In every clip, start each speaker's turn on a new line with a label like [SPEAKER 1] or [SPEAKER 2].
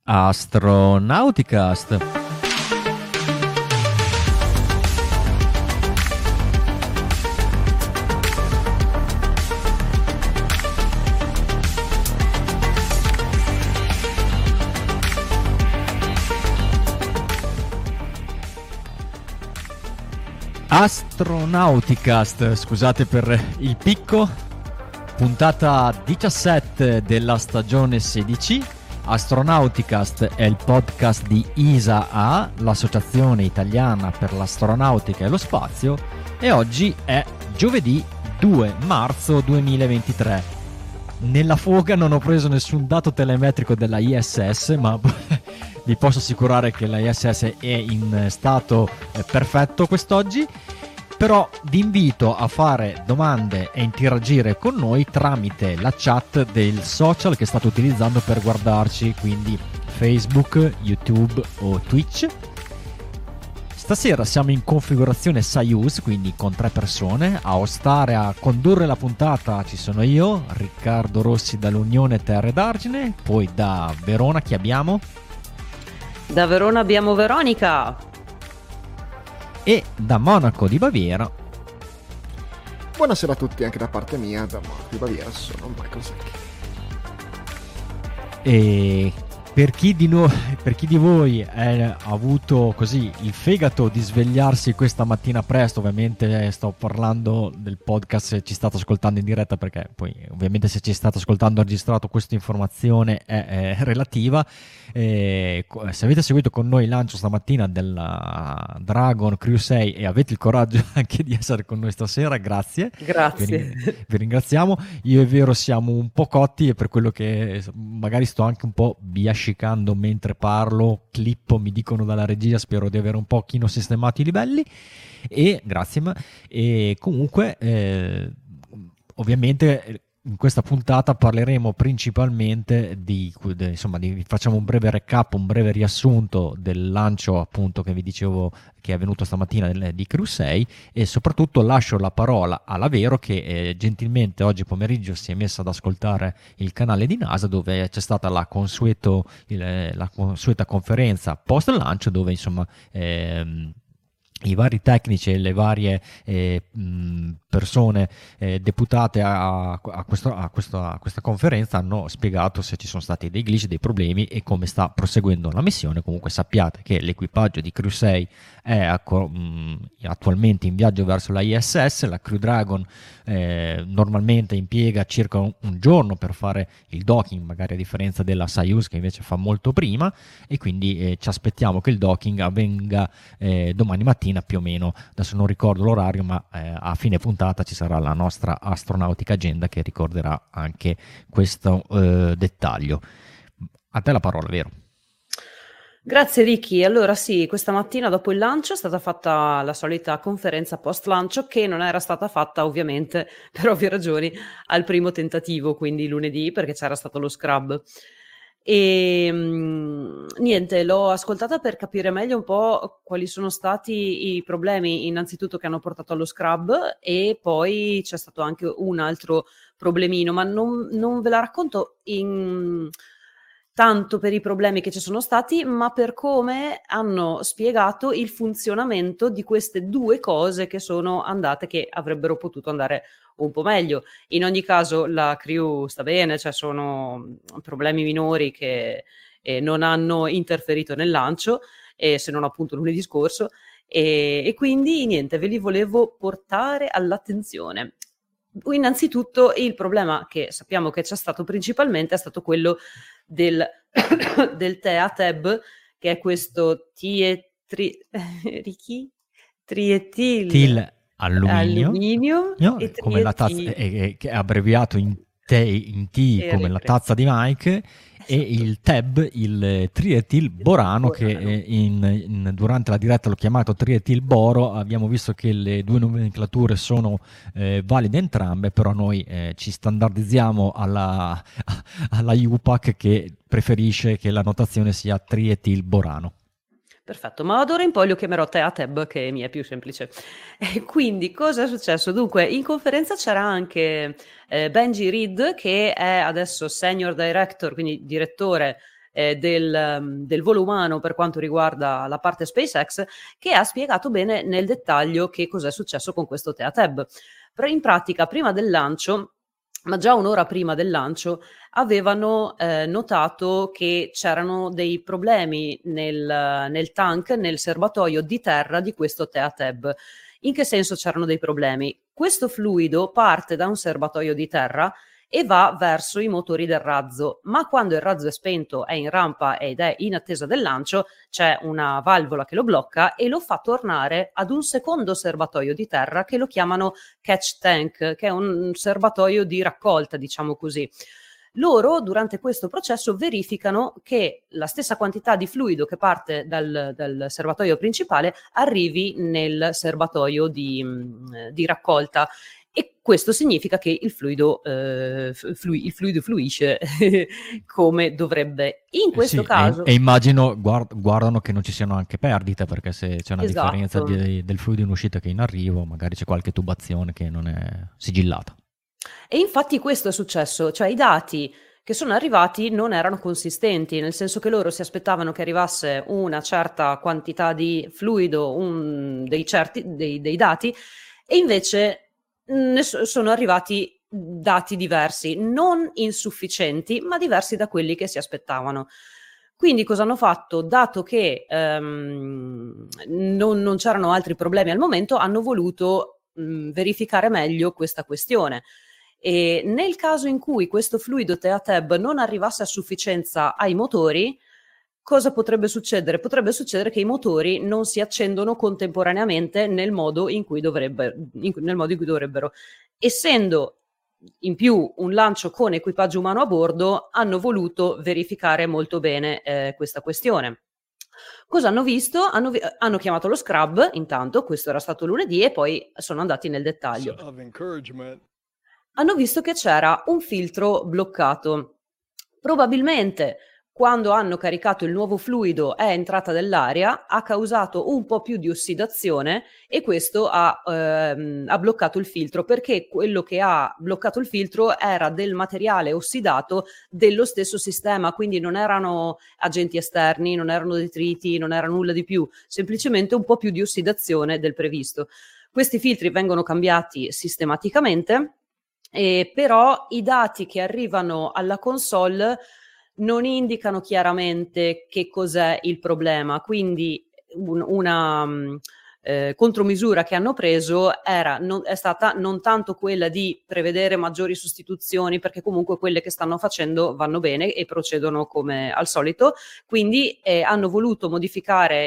[SPEAKER 1] Astronauticast. Astronauticast, scusate per il picco, puntata 17 della stagione 16. Astronauticast è il podcast di ISA-A, l'Associazione Italiana per l'Astronautica e lo Spazio, e oggi è giovedì 2 marzo 2023. Nella foga non ho preso nessun dato telemetrico della ISS, ma vi posso assicurare che la ISS è in stato perfetto quest'oggi. Però vi invito a fare domande e interagire con noi tramite la chat del social che state utilizzando per guardarci, quindi Facebook, YouTube o Twitch. Stasera siamo in configurazione Soyuz, quindi con 3 persone. A ostare a condurre la puntata ci sono io, Riccardo Rossi dall'Unione Terre d'Argine. Poi da Verona chi abbiamo?
[SPEAKER 2] Da Verona abbiamo Veronica.
[SPEAKER 1] E da Monaco di Baviera.
[SPEAKER 3] Buonasera a tutti anche da parte mia, da Monaco di Baviera sono Michael Secchi.
[SPEAKER 1] E per chi di voi ha avuto così il fegato di svegliarsi questa mattina presto, ovviamente sto parlando del podcast se ci state ascoltando in diretta, perché poi ovviamente se ci state ascoltando registrato questa informazione è relativa. Se avete seguito con noi il lancio stamattina della Dragon Crew 6 e avete il coraggio anche di essere con noi stasera, grazie. Vi ringraziamo. Io e Vero siamo un po' cotti e per quello che magari sto anche un po' biascicando mentre parlo, clippo, mi dicono dalla regia, spero di avere un pochino sistemato i livelli, e grazie. E comunque ovviamente in questa puntata parleremo principalmente facciamo un breve recap, un breve riassunto del lancio appunto che vi dicevo che è avvenuto stamattina di Crew 6, e soprattutto lascio la parola alla Vero che gentilmente oggi pomeriggio si è messa ad ascoltare il canale di NASA, dove c'è stata la consueta conferenza post lancio, dove insomma i vari tecnici e le varie persone deputate a questa conferenza hanno spiegato se ci sono stati dei glitch, dei problemi e come sta proseguendo la missione. Comunque sappiate che l'equipaggio di Crew 6 è attualmente in viaggio verso la ISS. La Crew Dragon normalmente impiega circa un giorno per fare il docking, magari a differenza della Soyuz che invece fa molto prima, e quindi ci aspettiamo che il docking avvenga domani mattina più o meno. Adesso non ricordo l'orario, ma a fine puntata ci sarà la nostra astronautica agenda che ricorderà anche questo dettaglio. A te la parola, Vero.
[SPEAKER 2] Grazie Ricky. Allora sì, questa mattina dopo il lancio è stata fatta la solita conferenza post lancio, che non era stata fatta ovviamente per ovvie ragioni al primo tentativo, quindi lunedì, perché c'era stato lo scrub. E niente, l'ho ascoltata per capire meglio un po' quali sono stati i problemi innanzitutto che hanno portato allo scrub, e poi c'è stato anche un altro problemino, ma non ve la racconto tanto per i problemi che ci sono stati, ma per come hanno spiegato il funzionamento di queste due cose che sono andate, che avrebbero potuto andare un po' meglio. In ogni caso la crew sta bene, cioè sono problemi minori che non hanno interferito nel lancio, se non appunto lunedì scorso, e quindi niente, ve li volevo portare all'attenzione. Innanzitutto il problema che sappiamo che c'è stato principalmente è stato quello del TEA-TEB, che è questo trietil alluminio e
[SPEAKER 1] come la tazza, che è abbreviato in T come la tazza di Mike, esatto. E il TEB, il trietil borano, che durante la diretta l'ho chiamato trietil boro. Abbiamo visto che le due nomenclature sono valide entrambe, però noi ci standardizziamo alla UPAC, che preferisce che la notazione sia trietil borano.
[SPEAKER 2] Perfetto, ma d'ora in poi lo chiamerò TEA-TEB, che mi è più semplice. E quindi cosa è successo? Dunque, in conferenza c'era anche Benji Reed, che è adesso Senior Director, quindi direttore del volo umano per quanto riguarda la parte SpaceX, che ha spiegato bene nel dettaglio che cos'è successo con questo Teateb. In pratica, prima del lancio, ma già un'ora prima del lancio, avevano notato che c'erano dei problemi nel tank, nel serbatoio di terra di questo Teateb. In che senso c'erano dei problemi? Questo fluido parte da un serbatoio di terra e va verso i motori del razzo, ma quando il razzo è spento, è in rampa ed è in attesa del lancio, c'è una valvola che lo blocca e lo fa tornare ad un secondo serbatoio di terra che lo chiamano catch tank, che è un serbatoio di raccolta, diciamo così. Loro durante questo processo verificano che la stessa quantità di fluido che parte dal serbatoio principale arrivi nel serbatoio di raccolta. E questo significa che il fluido fluisce come dovrebbe. In questo caso...
[SPEAKER 1] E immagino guardano che non ci siano anche perdite, perché se c'è una
[SPEAKER 2] Esatto.
[SPEAKER 1] differenza del fluido in uscita che in arrivo, magari c'è qualche tubazione che non è sigillata.
[SPEAKER 2] E infatti questo è successo, cioè i dati che sono arrivati non erano consistenti, nel senso che loro si aspettavano che arrivasse una certa quantità di fluido, dei dati, e invece ne sono arrivati dati diversi, non insufficienti, ma diversi da quelli che si aspettavano. Quindi cosa hanno fatto? Dato che non c'erano altri problemi al momento, hanno voluto verificare meglio questa questione. E nel caso in cui questo fluido Teateb non arrivasse a sufficienza ai motori, cosa potrebbe succedere? Potrebbe succedere che i motori non si accendono contemporaneamente nel modo in cui dovrebbero. Essendo in più un lancio con equipaggio umano a bordo, hanno voluto verificare molto bene questa questione. Cosa hanno visto? Hanno chiamato lo scrub, intanto, questo era stato lunedì, e poi sono andati nel dettaglio. Hanno visto che c'era un filtro bloccato. Probabilmente quando hanno caricato il nuovo fluido è entrata dell'aria, ha causato un po' più di ossidazione e questo ha bloccato il filtro, perché quello che ha bloccato il filtro era del materiale ossidato dello stesso sistema, quindi non erano agenti esterni, non erano detriti, non era nulla di più, semplicemente un po' più di ossidazione del previsto. Questi filtri vengono cambiati sistematicamente, però i dati che arrivano alla console non indicano chiaramente che cos'è il problema, quindi una contromisura che hanno preso è stata non tanto quella di prevedere maggiori sostituzioni, perché comunque quelle che stanno facendo vanno bene e procedono come al solito, quindi hanno voluto modificare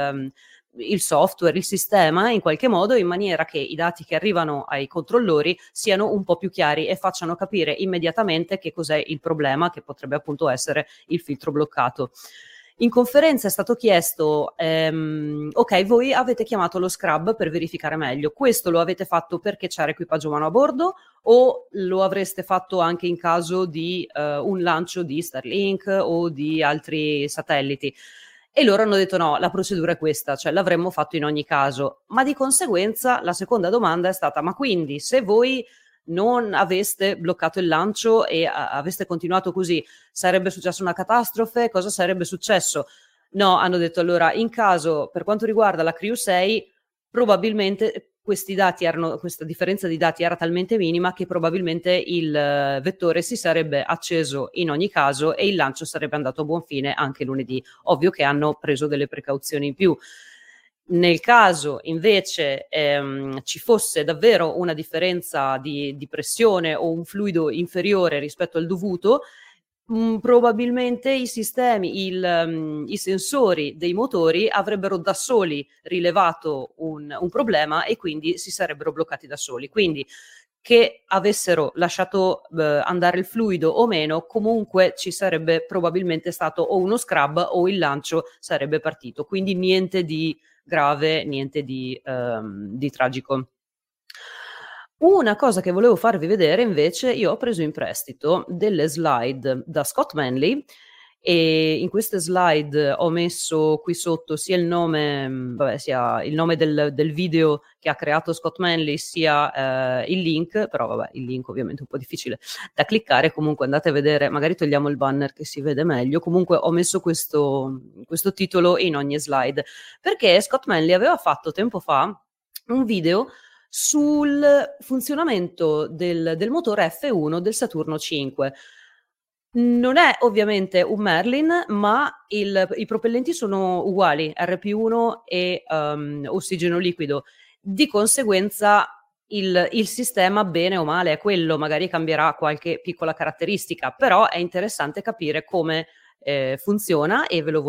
[SPEAKER 2] il software, il sistema in qualche modo, in maniera che i dati che arrivano ai controllori siano un po' più chiari e facciano capire immediatamente che cos'è il problema, che potrebbe appunto essere il filtro bloccato. In conferenza è stato chiesto, ok, voi avete chiamato lo scrub per verificare meglio, questo lo avete fatto perché c'era equipaggio umano a bordo o lo avreste fatto anche in caso di un lancio di Starlink o di altri satelliti? E loro hanno detto no, la procedura è questa, cioè l'avremmo fatto in ogni caso. Ma di conseguenza la seconda domanda è stata, ma quindi se voi non aveste bloccato il lancio e aveste continuato così, sarebbe successa una catastrofe? Cosa sarebbe successo? No, hanno detto allora, in caso, per quanto riguarda la Crew 6, probabilmente questa differenza di dati era talmente minima che probabilmente il vettore si sarebbe acceso in ogni caso e il lancio sarebbe andato a buon fine anche lunedì. Ovvio che hanno preso delle precauzioni in più. Nel caso invece ci fosse davvero una differenza di pressione o un fluido inferiore rispetto al dovuto, probabilmente i sistemi, i sensori dei motori avrebbero da soli rilevato un problema e quindi si sarebbero bloccati da soli. Quindi che avessero lasciato andare il fluido o meno, comunque ci sarebbe probabilmente stato o uno scrub o il lancio sarebbe partito. Quindi niente di grave, niente di tragico. Una cosa che volevo farvi vedere invece, io ho preso in prestito delle slide da Scott Manley E in queste slide ho messo qui sotto sia il nome, sia il nome del video che ha creato Scott Manley, sia il link, però vabbè, il link ovviamente è un po' difficile da cliccare. Comunque andate a vedere, magari togliamo il banner che si vede meglio. Comunque ho messo questo titolo in ogni slide, perché Scott Manley aveva fatto tempo fa un video sul funzionamento del motore F1 del Saturno 5. Non è ovviamente un Merlin, ma i propellenti sono uguali, RP1 e ossigeno liquido. Di conseguenza il sistema, bene o male, è quello, magari cambierà qualche piccola caratteristica, però è interessante capire come funziona, e ve lo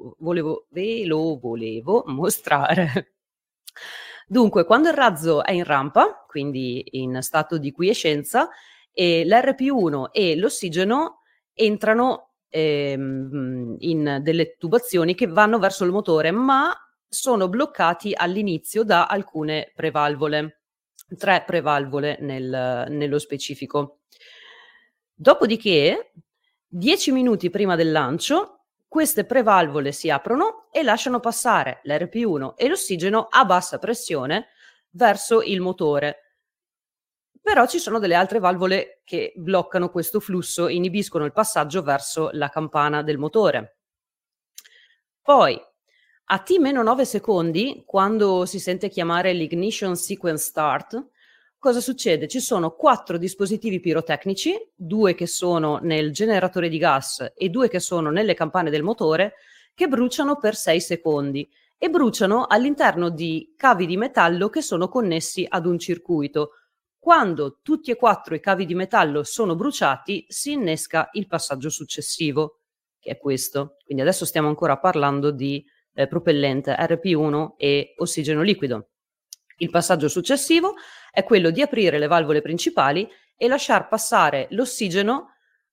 [SPEAKER 2] volevo mostrare. Dunque, quando il razzo è in rampa, quindi in stato di quiescenza, l'RP1 e l'ossigeno entrano in delle tubazioni che vanno verso il motore, ma sono bloccati all'inizio da alcune prevalvole, 3 prevalvole nello specifico. Dopodiché, 10 minuti prima del lancio, queste prevalvole si aprono e lasciano passare l'RP1 e l'ossigeno a bassa pressione verso il motore. Però ci sono delle altre valvole che bloccano questo flusso, inibiscono il passaggio verso la campana del motore. Poi, a T-9 secondi, quando si sente chiamare l'ignition sequence start, cosa succede? Ci sono 4 dispositivi pirotecnici, 2 che sono nel generatore di gas e 2 che sono nelle campane del motore, che bruciano per 6 secondi e bruciano all'interno di cavi di metallo che sono connessi ad un circuito. Quando tutti e 4 i cavi di metallo sono bruciati, si innesca il passaggio successivo, che è questo. Quindi adesso stiamo ancora parlando di propellente RP1 e ossigeno liquido. Il passaggio successivo è quello di aprire le valvole principali e lasciar passare l'ossigeno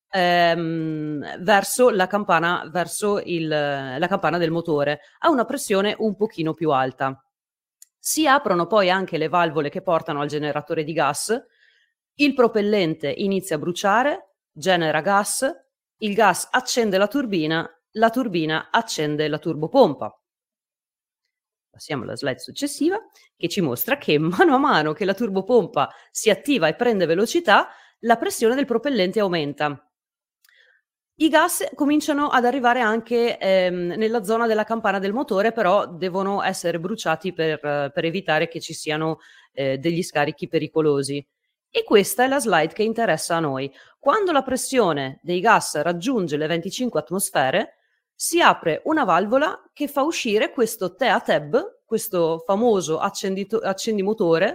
[SPEAKER 2] verso la campana, la campana del motore a una pressione un pochino più alta. Si aprono poi anche le valvole che portano al generatore di gas, il propellente inizia a bruciare, genera gas, il gas accende la turbina accende la turbopompa. Passiamo alla slide successiva, che ci mostra che mano a mano che la turbopompa si attiva e prende velocità, la pressione del propellente aumenta. I gas cominciano ad arrivare anche nella zona della campana del motore, però devono essere bruciati per evitare che ci siano degli scarichi pericolosi. E questa è la slide che interessa a noi. Quando la pressione dei gas raggiunge le 25 atmosfere, si apre una valvola che fa uscire questo TEA-TEB, questo famoso accendimotore,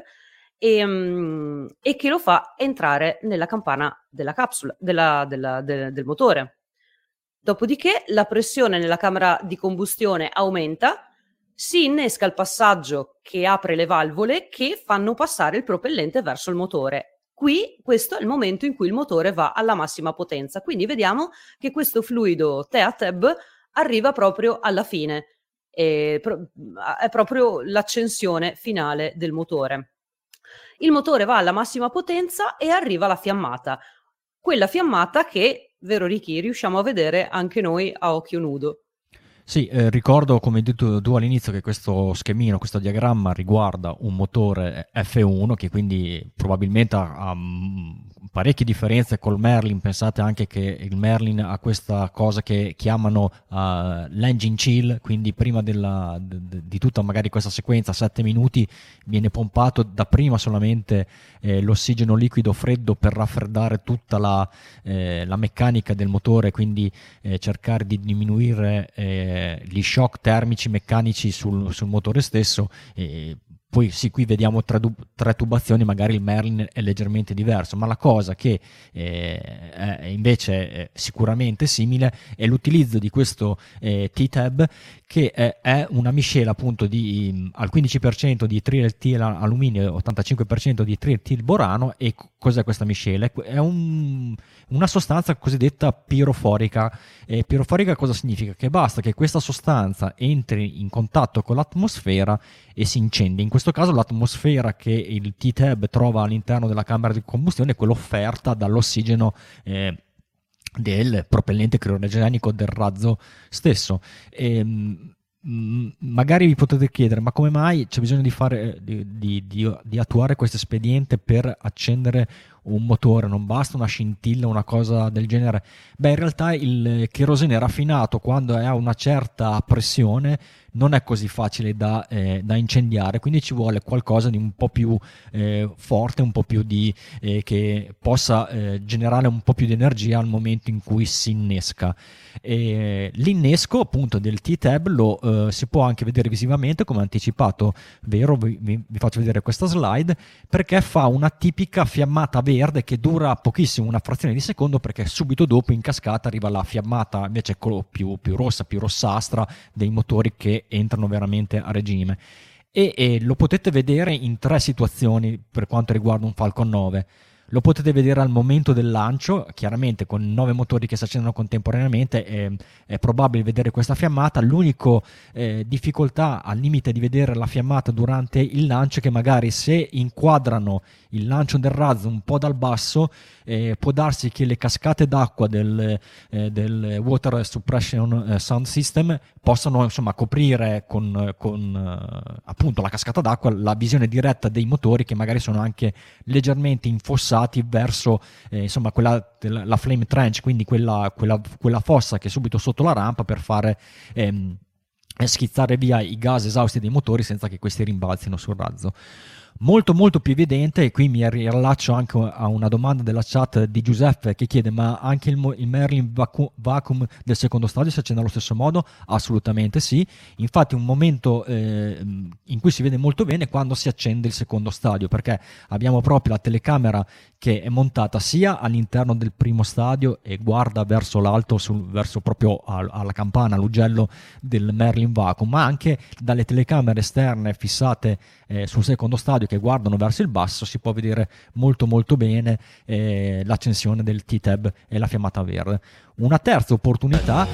[SPEAKER 2] e che lo fa entrare nella campana della capsula del motore. Dopodiché la pressione nella camera di combustione aumenta, si innesca il passaggio che apre le valvole che fanno passare il propellente verso il motore. Qui questo è il momento in cui il motore va alla massima potenza, quindi vediamo che questo fluido TEA-TEB arriva proprio alla fine, è proprio l'accensione finale del motore. Il motore va alla massima potenza e arriva la fiammata, quella fiammata che, vero Ricky, riusciamo a vedere anche noi a occhio nudo.
[SPEAKER 1] Sì, ricordo, come hai detto tu all'inizio, che questo schemino, questo diagramma riguarda un motore F1 che quindi probabilmente ha parecchie differenze col Merlin. Pensate anche che il Merlin ha questa cosa che chiamano l'engine chill, quindi prima di tutta magari questa sequenza, 7 minuti, viene pompato dapprima solamente l'ossigeno liquido freddo per raffreddare tutta la meccanica del motore, quindi cercare di diminuire gli shock termici meccanici sul motore stesso. Poi sì, qui vediamo tre tubazioni, magari il Merlin è leggermente diverso, ma la cosa che è invece sicuramente simile è l'utilizzo di questo T-Tab, che è una miscela appunto al 15% di trietile alluminio e 85% di trietile borano. E cos'è questa miscela? È una sostanza cosiddetta piroforica. Piroforica cosa significa? Che basta che questa sostanza entri in contatto con l'atmosfera e si incende. In questo caso l'atmosfera che il T-Tab trova all'interno della camera di combustione è quella offerta dall'ossigeno del propellente criogenico del razzo stesso. Magari vi potete chiedere, ma come mai c'è bisogno di attuare questo espediente per accendere un motore? Non basta una scintilla, una cosa del genere? Beh, in realtà il cherosene raffinato, quando è a una certa pressione, non è così facile da incendiare, quindi ci vuole qualcosa di un po' più forte, un po' più che possa generare un po' più di energia al momento in cui si innesca. L'innesco appunto del T-Tab lo si può anche vedere visivamente, come anticipato, vero? Vi faccio vedere questa slide, perché fa una tipica fiammata verde che dura pochissimo, una frazione di secondo, perché subito dopo in cascata arriva la fiammata invece più rossa, più rossastra dei motori che entrano veramente a regime. E lo potete vedere in 3 situazioni per quanto riguarda un Falcon 9. Lo potete vedere al momento del lancio, chiaramente con 9 motori che si accendono contemporaneamente è probabile vedere questa fiammata. L'unico difficoltà al limite di vedere la fiammata durante il lancio è che magari se inquadrano il lancio del razzo un po' dal basso, può darsi che le cascate d'acqua del Water Suppression Sound System possano insomma coprire con appunto la cascata d'acqua la visione diretta dei motori, che magari sono anche leggermente infossati verso insomma la flame trench, quindi quella fossa che è subito sotto la rampa, per fare schizzare via i gas esausti dei motori senza che questi rimbalzino sul razzo. Molto molto più evidente, e qui mi riallaccio anche a una domanda della chat di Giuseppe che chiede: ma anche il Merlin vacuum del secondo stadio si accende allo stesso modo? Assolutamente sì. Infatti un momento in cui si vede molto bene quando si accende il secondo stadio, perché abbiamo proprio la telecamera che è montata sia all'interno del primo stadio e guarda verso l'alto, verso proprio alla campana, all'ugello del Merlin vacuum, ma anche dalle telecamere esterne fissate sul secondo stadio che guardano verso il basso si può vedere molto molto bene l'accensione del T-Tab e la fiammata verde. Una terza opportunità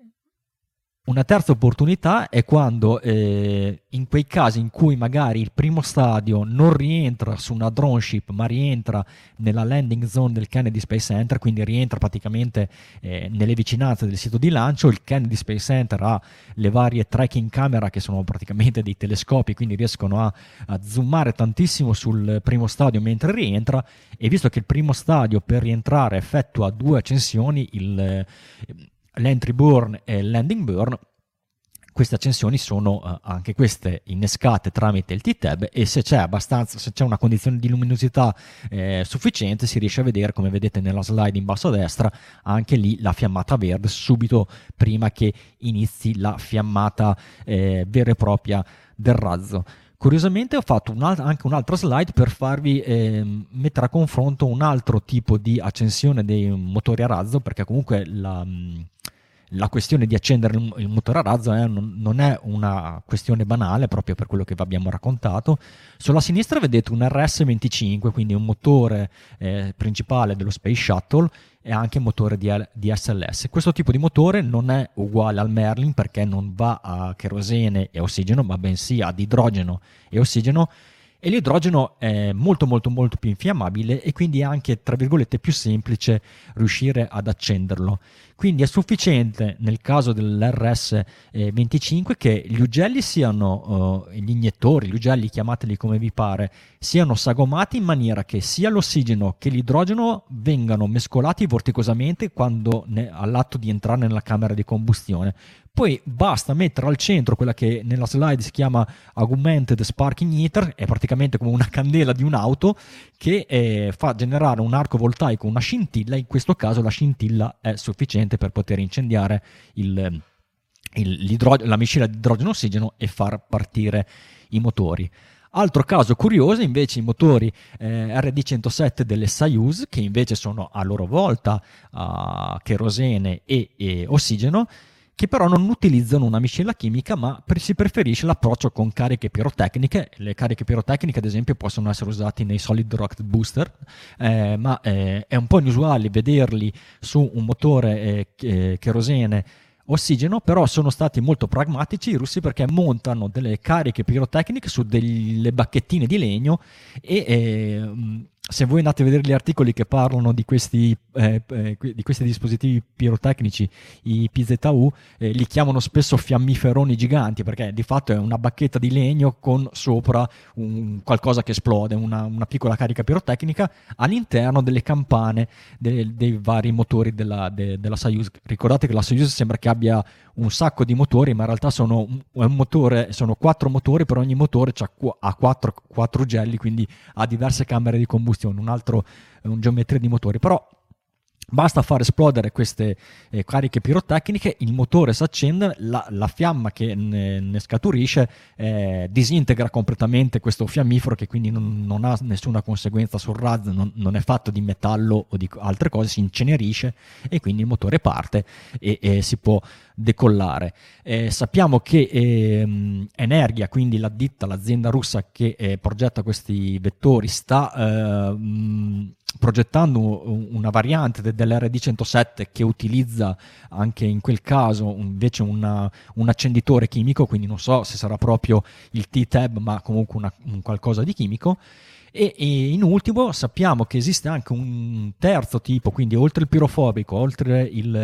[SPEAKER 1] è quando in quei casi in cui magari il primo stadio non rientra su una drone ship ma rientra nella landing zone del Kennedy Space Center, quindi rientra praticamente nelle vicinanze del sito di lancio. Il Kennedy Space Center ha le varie tracking camera che sono praticamente dei telescopi, quindi riescono a zoomare tantissimo sul primo stadio mentre rientra, e visto che il primo stadio per rientrare effettua 2 accensioni, l'entry burn e il landing burn, queste accensioni sono anche queste innescate tramite il T-Tab, e se c'è una condizione di luminosità sufficiente si riesce a vedere, come vedete nella slide in basso a destra, anche lì la fiammata verde subito prima che inizi la fiammata vera e propria del razzo. Curiosamente ho fatto anche un'altra slide per farvi mettere a confronto un altro tipo di accensione dei motori a razzo, perché comunque la questione di accendere il motore a razzo non è una questione banale, proprio per quello che vi abbiamo raccontato. Sulla sinistra vedete un RS-25, quindi un motore principale dello Space Shuttle e anche motore di SLS. Questo tipo di motore non è uguale al Merlin, perché non va a cherosene e ossigeno, ma bensì ad idrogeno e ossigeno, e l'idrogeno è molto molto molto più infiammabile e quindi è anche, tra virgolette, più semplice riuscire ad accenderlo. Quindi è sufficiente nel caso dell'RS-25 che gli ugelli siano, gli iniettori, gli ugelli, chiamateli come vi pare, siano sagomati in maniera che sia l'ossigeno che l'idrogeno vengano mescolati vorticosamente all'atto di entrare nella camera di combustione. Poi basta mettere al centro quella che nella slide si chiama Augmented Spark Igniter, è praticamente come una candela di un'auto che fa generare un arco voltaico, una scintilla. In questo caso la scintilla è sufficiente per poter incendiare la miscela di idrogeno-ossigeno e far partire i motori. Altro caso curioso invece i motori RD-107 delle Soyuz, che invece sono a loro volta a cherosene e ossigeno, che però non utilizzano una miscela chimica, ma si preferisce l'approccio con cariche pirotecniche. Le cariche pirotecniche, ad esempio, possono essere usate nei solid rocket booster, ma è un po' inusuale vederli su un motore cherosene ossigeno. Però sono stati molto pragmatici i russi, perché montano delle cariche pirotecniche su delle bacchettine di legno e se voi andate a vedere gli articoli che parlano di questi dispositivi pirotecnici, i PZU, li chiamano spesso fiammiferoni giganti, perché di fatto è una bacchetta di legno con sopra qualcosa che esplode, una piccola carica pirotecnica all'interno delle campane dei vari motori della Soyuz. Ricordate che la Soyuz sembra che abbia un sacco di motori, ma in realtà sono 4 motori, per ogni motore ha 4 ugelli, quindi ha diverse camere di combustione, un geometria di motori, però basta far esplodere queste cariche pirotecniche, il motore si accende, la fiamma che ne scaturisce disintegra completamente questo fiammifero, che quindi non ha nessuna conseguenza sul razzo, non è fatto di metallo o di altre cose, si incenerisce e quindi il motore parte e si può decollare. Sappiamo che Energia, quindi l'azienda russa che progetta questi vettori, sta progettando una variante dell'RD-107 che utilizza anche in quel caso invece un accenditore chimico, quindi non so se sarà proprio il T-Tab, ma comunque un qualcosa di chimico. E in ultimo sappiamo che esiste anche un terzo tipo, quindi oltre il pirofobico, oltre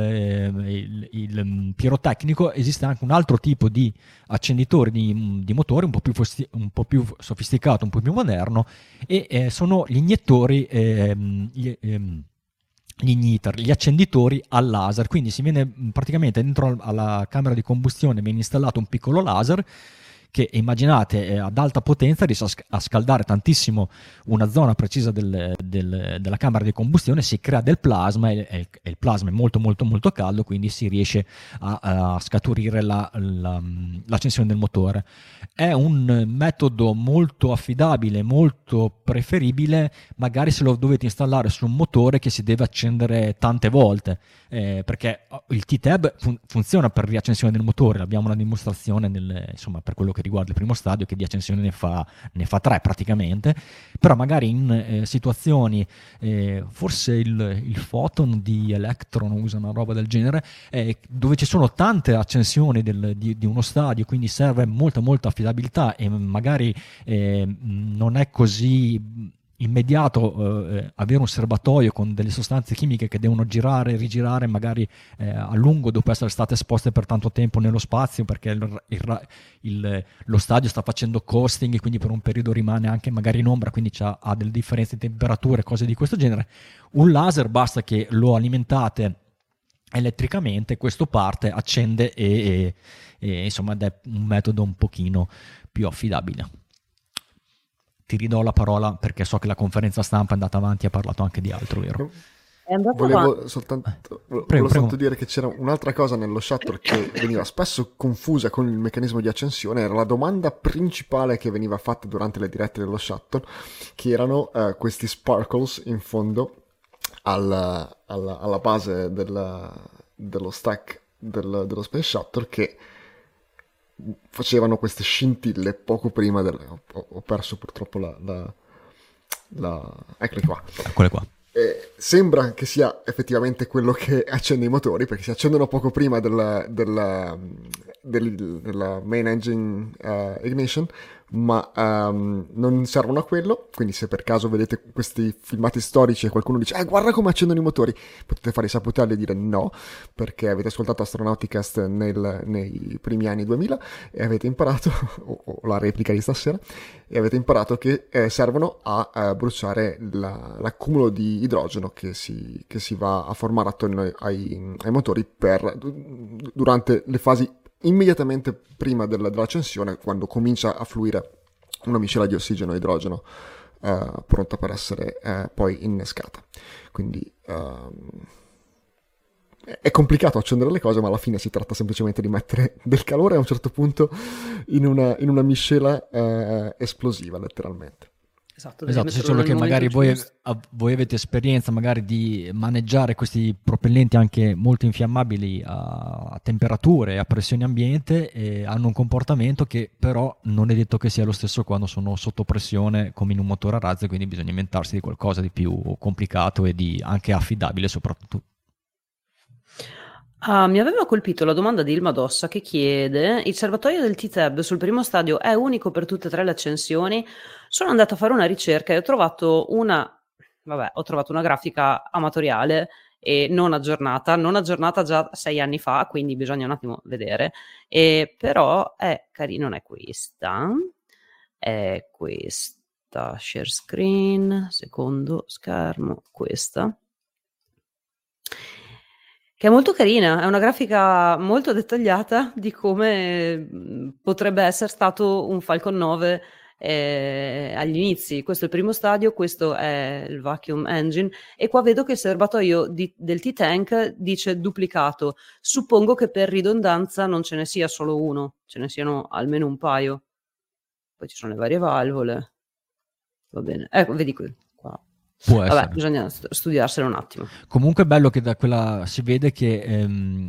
[SPEAKER 1] il pirotecnico, esiste anche un altro tipo di accenditore di motore un po' più sofisticato, un po' più moderno, e sono gli iniettori, gli igniter, gli accenditori al laser. Quindi si viene praticamente dentro alla camera di combustione, viene installato un piccolo laser che, immaginate, ad alta potenza riesce a scaldare tantissimo una zona precisa della camera di combustione, si crea del plasma e il plasma è molto molto molto caldo, quindi si riesce a scaturire l'accensione del motore. È un metodo molto affidabile, molto preferibile magari se lo dovete installare su un motore che si deve accendere tante volte, perché il T-Tab funziona per riaccensione del motore. Abbiamo una dimostrazione insomma, per quello che riguarda il primo stadio, che di accensione ne fa 3 praticamente, però magari in situazioni, forse il Photon di Electron usa una roba del genere, dove ci sono tante accensioni di uno stadio, quindi serve molta affidabilità e magari non è così immediato avere un serbatoio con delle sostanze chimiche che devono girare e rigirare magari a lungo dopo essere state esposte per tanto tempo nello spazio, perché lo stadio sta facendo coasting e quindi per un periodo rimane anche magari in ombra, quindi ha delle differenze di temperature, cose di questo genere. Un laser basta che lo alimentate elettricamente, questo parte, accende e insomma ed è un metodo un pochino più affidabile. Ti ridò la parola perché so che la conferenza stampa è andata avanti e ha parlato anche di altro, vero?
[SPEAKER 3] Volevo soltanto dire che c'era un'altra cosa nello shuttle che veniva spesso confusa con il meccanismo di accensione. Era la domanda principale che veniva fatta durante le dirette dello shuttle, che erano questi sparkles in fondo alla base dello stack dello Space Shuttle, che facevano queste scintille poco prima ho perso purtroppo eccole qua.
[SPEAKER 1] Quelle qua.
[SPEAKER 3] Sembra che sia effettivamente quello che accende i motori, perché si accendono poco prima della main engine ignition, ma non servono a quello. Quindi se per caso vedete questi filmati storici e qualcuno dice guarda come accendono i motori, potete fare i saputelli e dire no, perché avete ascoltato Astronauticast nei primi anni 2000 e avete imparato o la replica di stasera, e avete imparato che servono a bruciare l'accumulo di idrogeno che si va a formare attorno ai motori durante le fasi immediatamente prima dell'accensione, quando comincia a fluire una miscela di ossigeno e idrogeno pronta per essere poi innescata. Quindi è complicato accendere le cose, ma alla fine si tratta semplicemente di mettere del calore a un certo punto in una miscela esplosiva, letteralmente.
[SPEAKER 2] Esatto,
[SPEAKER 1] c'è solo che magari voi avete esperienza magari di maneggiare questi propellenti anche molto infiammabili a temperature e a pressione ambiente, e hanno un comportamento che però non è detto che sia lo stesso quando sono sotto pressione come in un motore a razzo, quindi bisogna inventarsi di qualcosa di più complicato e di anche affidabile soprattutto.
[SPEAKER 2] Mi aveva colpito la domanda di Ilma Dossa, che chiede: il serbatoio del T-Tab sul primo stadio è unico per tutte e 3 le accensioni? Sono andata a fare una ricerca e ho trovato una vabbè, ho trovato una grafica amatoriale e non aggiornata già 6 anni fa, quindi bisogna un attimo vedere, però è carino, non è questa, è questa, share screen, secondo schermo, questa, che è molto carina, è una grafica molto dettagliata di come potrebbe essere stato un Falcon 9 agli inizi. Questo è il primo stadio, questo è il Vacuum Engine, e qua vedo che il serbatoio del T-Tank dice duplicato. Suppongo che per ridondanza non ce ne sia solo uno, ce ne siano almeno un paio. Poi ci sono le varie valvole. Va bene, ecco, vedi qui. Qua.
[SPEAKER 1] Può essere.
[SPEAKER 2] Vabbè, bisogna studiarselo un attimo.
[SPEAKER 1] Comunque è bello che da quella si vede che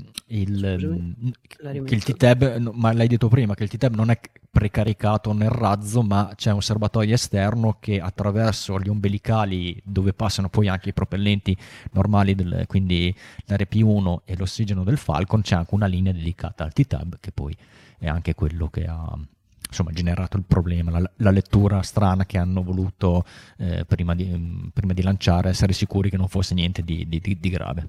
[SPEAKER 1] che il T-Tab, ma l'hai detto prima, che il T-Tab non è precaricato nel razzo, ma c'è un serbatoio esterno che attraverso gli ombelicali, dove passano poi anche i propellenti normali, quindi l'RP1 e l'ossigeno del Falcon, c'è anche una linea dedicata al T-Tab, che poi è anche quello che ha generato il problema, la lettura strana che hanno voluto prima di lanciare, essere sicuri che non fosse niente di grave.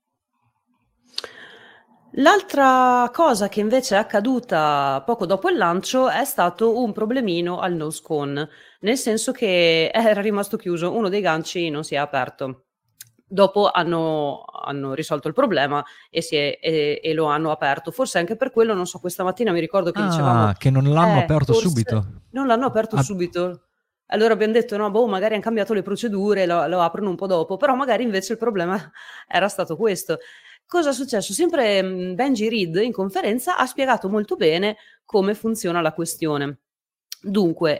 [SPEAKER 2] L'altra cosa che invece è accaduta poco dopo il lancio è stato un problemino al nose cone, nel senso che era rimasto chiuso, uno dei ganci non si è aperto. Dopo hanno risolto il problema e lo hanno aperto. Forse anche per quello, non so, questa mattina mi ricordo che dicevamo
[SPEAKER 1] che non l'hanno aperto subito.
[SPEAKER 2] Non l'hanno aperto subito. Allora abbiamo detto, no, magari hanno cambiato le procedure, lo aprono un po' dopo, però magari invece il problema era stato questo. Cosa è successo? Sempre Benji Reed in conferenza ha spiegato molto bene come funziona la questione. Dunque,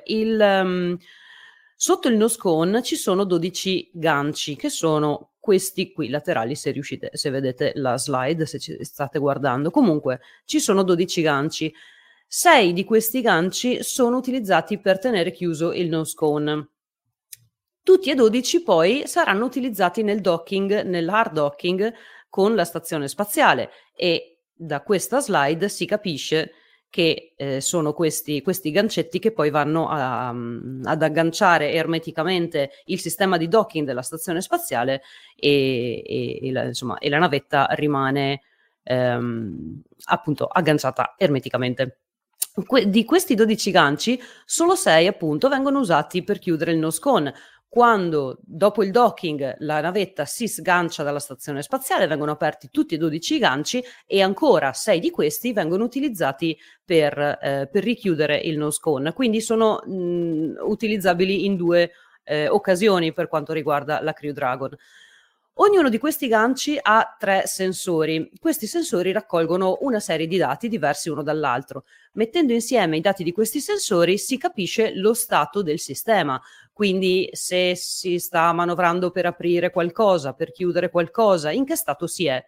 [SPEAKER 2] sotto il nose cone ci sono 12 ganci, che sono questi qui laterali, se vedete la slide, se ci state guardando. Comunque ci sono 12 ganci. 6 di questi ganci sono utilizzati per tenere chiuso il nose cone. Tutti e 12 poi saranno utilizzati nel hard docking con la stazione spaziale, e da questa slide si capisce che sono questi gancetti che poi vanno ad agganciare ermeticamente il sistema di docking della stazione spaziale e la navetta rimane appunto agganciata ermeticamente. Di questi 12 ganci, solo 6 appunto vengono usati per chiudere il nose cone. Quando dopo il docking la navetta si sgancia dalla stazione spaziale, vengono aperti tutti e 12 i ganci, e ancora 6 di questi vengono utilizzati per richiudere il nose cone. Quindi sono utilizzabili in 2 occasioni per quanto riguarda la Crew Dragon. Ognuno di questi ganci ha 3 sensori. Questi sensori raccolgono una serie di dati diversi uno dall'altro. Mettendo insieme i dati di questi sensori si capisce lo stato del sistema. Quindi se si sta manovrando per aprire qualcosa, per chiudere qualcosa, in che stato si è.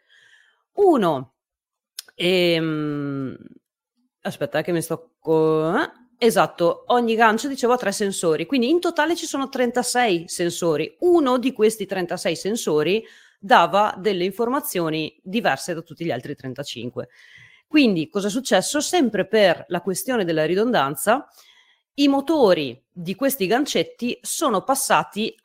[SPEAKER 2] Aspetta che mi sto... Esatto, ogni gancio, dicevo, ha 3 sensori, quindi in totale ci sono 36 sensori. Uno di questi 36 sensori dava delle informazioni diverse da tutti gli altri 35. Quindi cosa è successo? Sempre per la questione della ridondanza, i motori di questi gancetti sono passati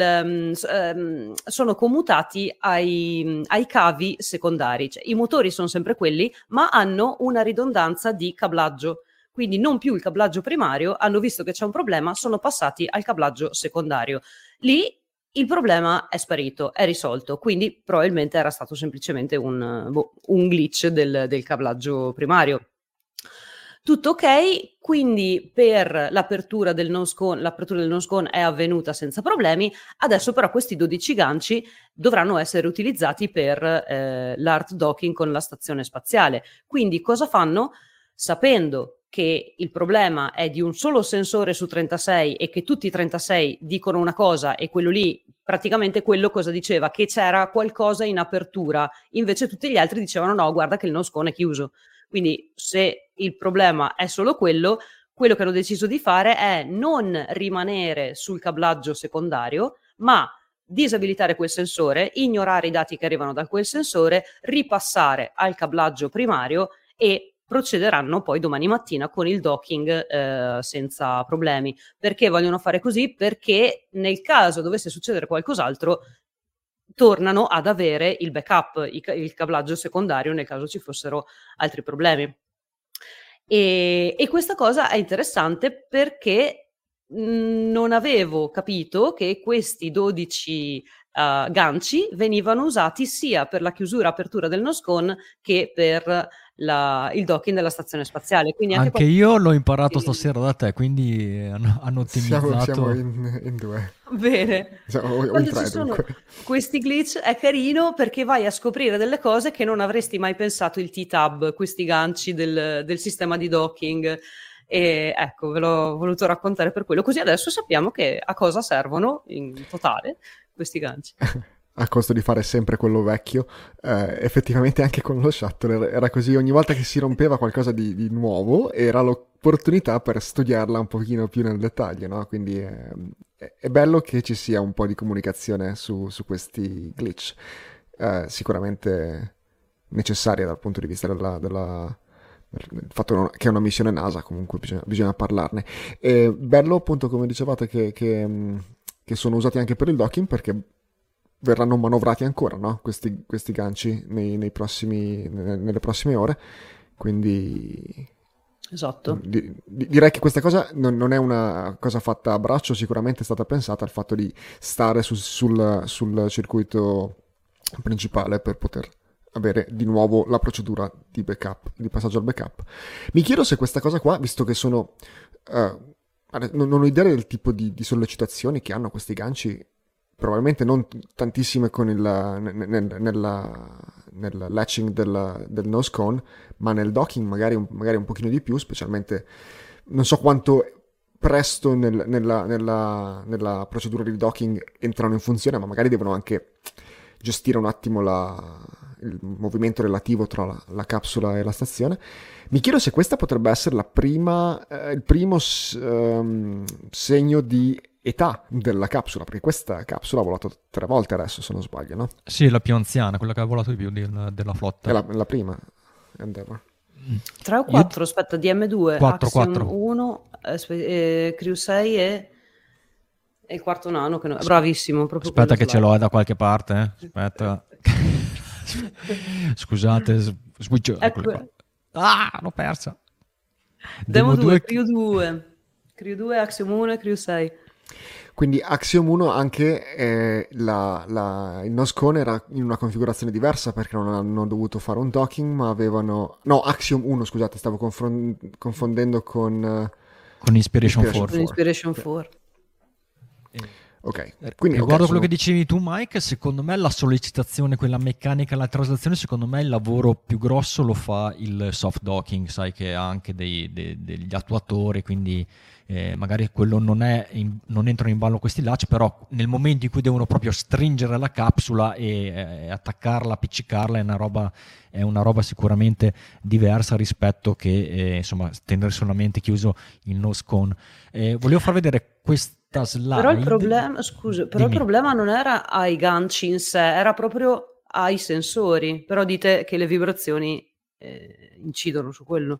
[SPEAKER 2] sono commutati ai cavi secondari. Cioè, i motori sono sempre quelli, ma hanno una ridondanza di cablaggio. Quindi non più il cablaggio primario, hanno visto che c'è un problema, sono passati al cablaggio secondario. Lì il problema è sparito, è risolto, quindi probabilmente era stato semplicemente un glitch del cablaggio primario. Tutto ok, quindi per l'apertura del nose cone è avvenuta senza problemi. Adesso però questi 12 ganci dovranno essere utilizzati per l'hard docking con la stazione spaziale. Quindi cosa fanno? Sapendo che il problema è di un solo sensore su 36 e che tutti i 36 dicono una cosa, e quello lì praticamente quello cosa diceva? Che c'era qualcosa in apertura, invece tutti gli altri dicevano no, guarda che il nose cone è chiuso. Quindi se il problema è solo quello che hanno deciso di fare è non rimanere sul cablaggio secondario, ma disabilitare quel sensore, ignorare i dati che arrivano da quel sensore, ripassare al cablaggio primario e procederanno poi domani mattina con il docking senza problemi. Perché vogliono fare così? Perché nel caso dovesse succedere qualcos'altro tornano ad avere il backup, il cablaggio secondario nel caso ci fossero altri problemi. E questa cosa è interessante perché non avevo capito che questi 12 ganci venivano usati sia per la chiusura apertura del noscon che per il docking della stazione spaziale. Quindi
[SPEAKER 1] anche io l'ho imparato stasera da te, quindi hanno ottimizzato.
[SPEAKER 3] Siamo in due.
[SPEAKER 2] Bene. Quando ci sono questi glitch è carino perché vai a scoprire delle cose che non avresti mai pensato. Il T-Tab, questi ganci del sistema di docking, e ecco, ve l'ho voluto raccontare per quello, così adesso sappiamo a cosa servono in totale questi ganci.
[SPEAKER 3] A costo di fare sempre quello vecchio, effettivamente anche con lo shuttle era così, ogni volta che si rompeva qualcosa di nuovo era l'opportunità per studiarla un pochino più nel dettaglio, no? Quindi è bello che ci sia un po' di comunicazione su questi glitch, sicuramente necessaria dal punto di vista del fatto che è una missione NASA, comunque bisogna parlarne. E bello appunto, come dicevate, che sono usati anche per il docking, perché verranno manovrati ancora, no? Questi ganci nelle prossime ore, quindi
[SPEAKER 2] esatto.
[SPEAKER 3] Direi che questa cosa non è una cosa fatta a braccio, sicuramente è stata pensata al fatto di stare sul circuito principale per poter avere di nuovo la procedura di backup, di passaggio al backup. Mi chiedo se questa cosa qua, visto che sono non ho idea del tipo di sollecitazioni che hanno questi ganci, probabilmente non tantissime con nel latching del nose cone, ma nel docking magari un pochino di più, specialmente non so quanto presto nella procedura di docking entrano in funzione, ma magari devono anche gestire un attimo il movimento relativo tra la capsula e la stazione. Mi chiedo se questa potrebbe essere il primo segno di età della capsula, perché questa capsula ha volato 3 volte adesso, se non sbaglio, no?
[SPEAKER 1] Sì, la più anziana, quella che ha volato di più della flotta.
[SPEAKER 3] È la prima Endeavour.
[SPEAKER 2] 3 o 4, aspetta, DM2,
[SPEAKER 1] 4,
[SPEAKER 2] Axiom
[SPEAKER 1] 4.
[SPEAKER 2] 1, Crew 6 e il quarto nano, che bravissimo. Proprio
[SPEAKER 1] aspetta che ce l'ho da qualche parte, aspetta. Scusate, switch.
[SPEAKER 2] Ecco.
[SPEAKER 1] L'ho persa.
[SPEAKER 2] Demo 2, Crew 2, Axiom 1 e Crew 6.
[SPEAKER 3] Quindi Axiom 1 anche il noscone era in una configurazione diversa, perché non hanno dovuto fare un docking, ma avevano... No, Axiom 1, scusate, stavo confondendo con
[SPEAKER 1] Inspiration 4.
[SPEAKER 2] Con Inspiration 4.
[SPEAKER 3] Ok,
[SPEAKER 1] quindi riguardo quello che dicevi tu, Mike, secondo me la sollecitazione, quella meccanica, la traslazione, secondo me il lavoro più grosso lo fa il soft docking, sai che ha anche degli attuatori, quindi magari quello non entrano in ballo questi latch, però nel momento in cui devono proprio stringere la capsula e attaccarla, appiccicarla, è una roba sicuramente diversa rispetto che insomma tenere solamente chiuso il nose cone. Volevo far vedere questa slide.
[SPEAKER 2] Però il problema non era ai ganci in sé, era proprio ai sensori. Però dite che le vibrazioni incidono su quello.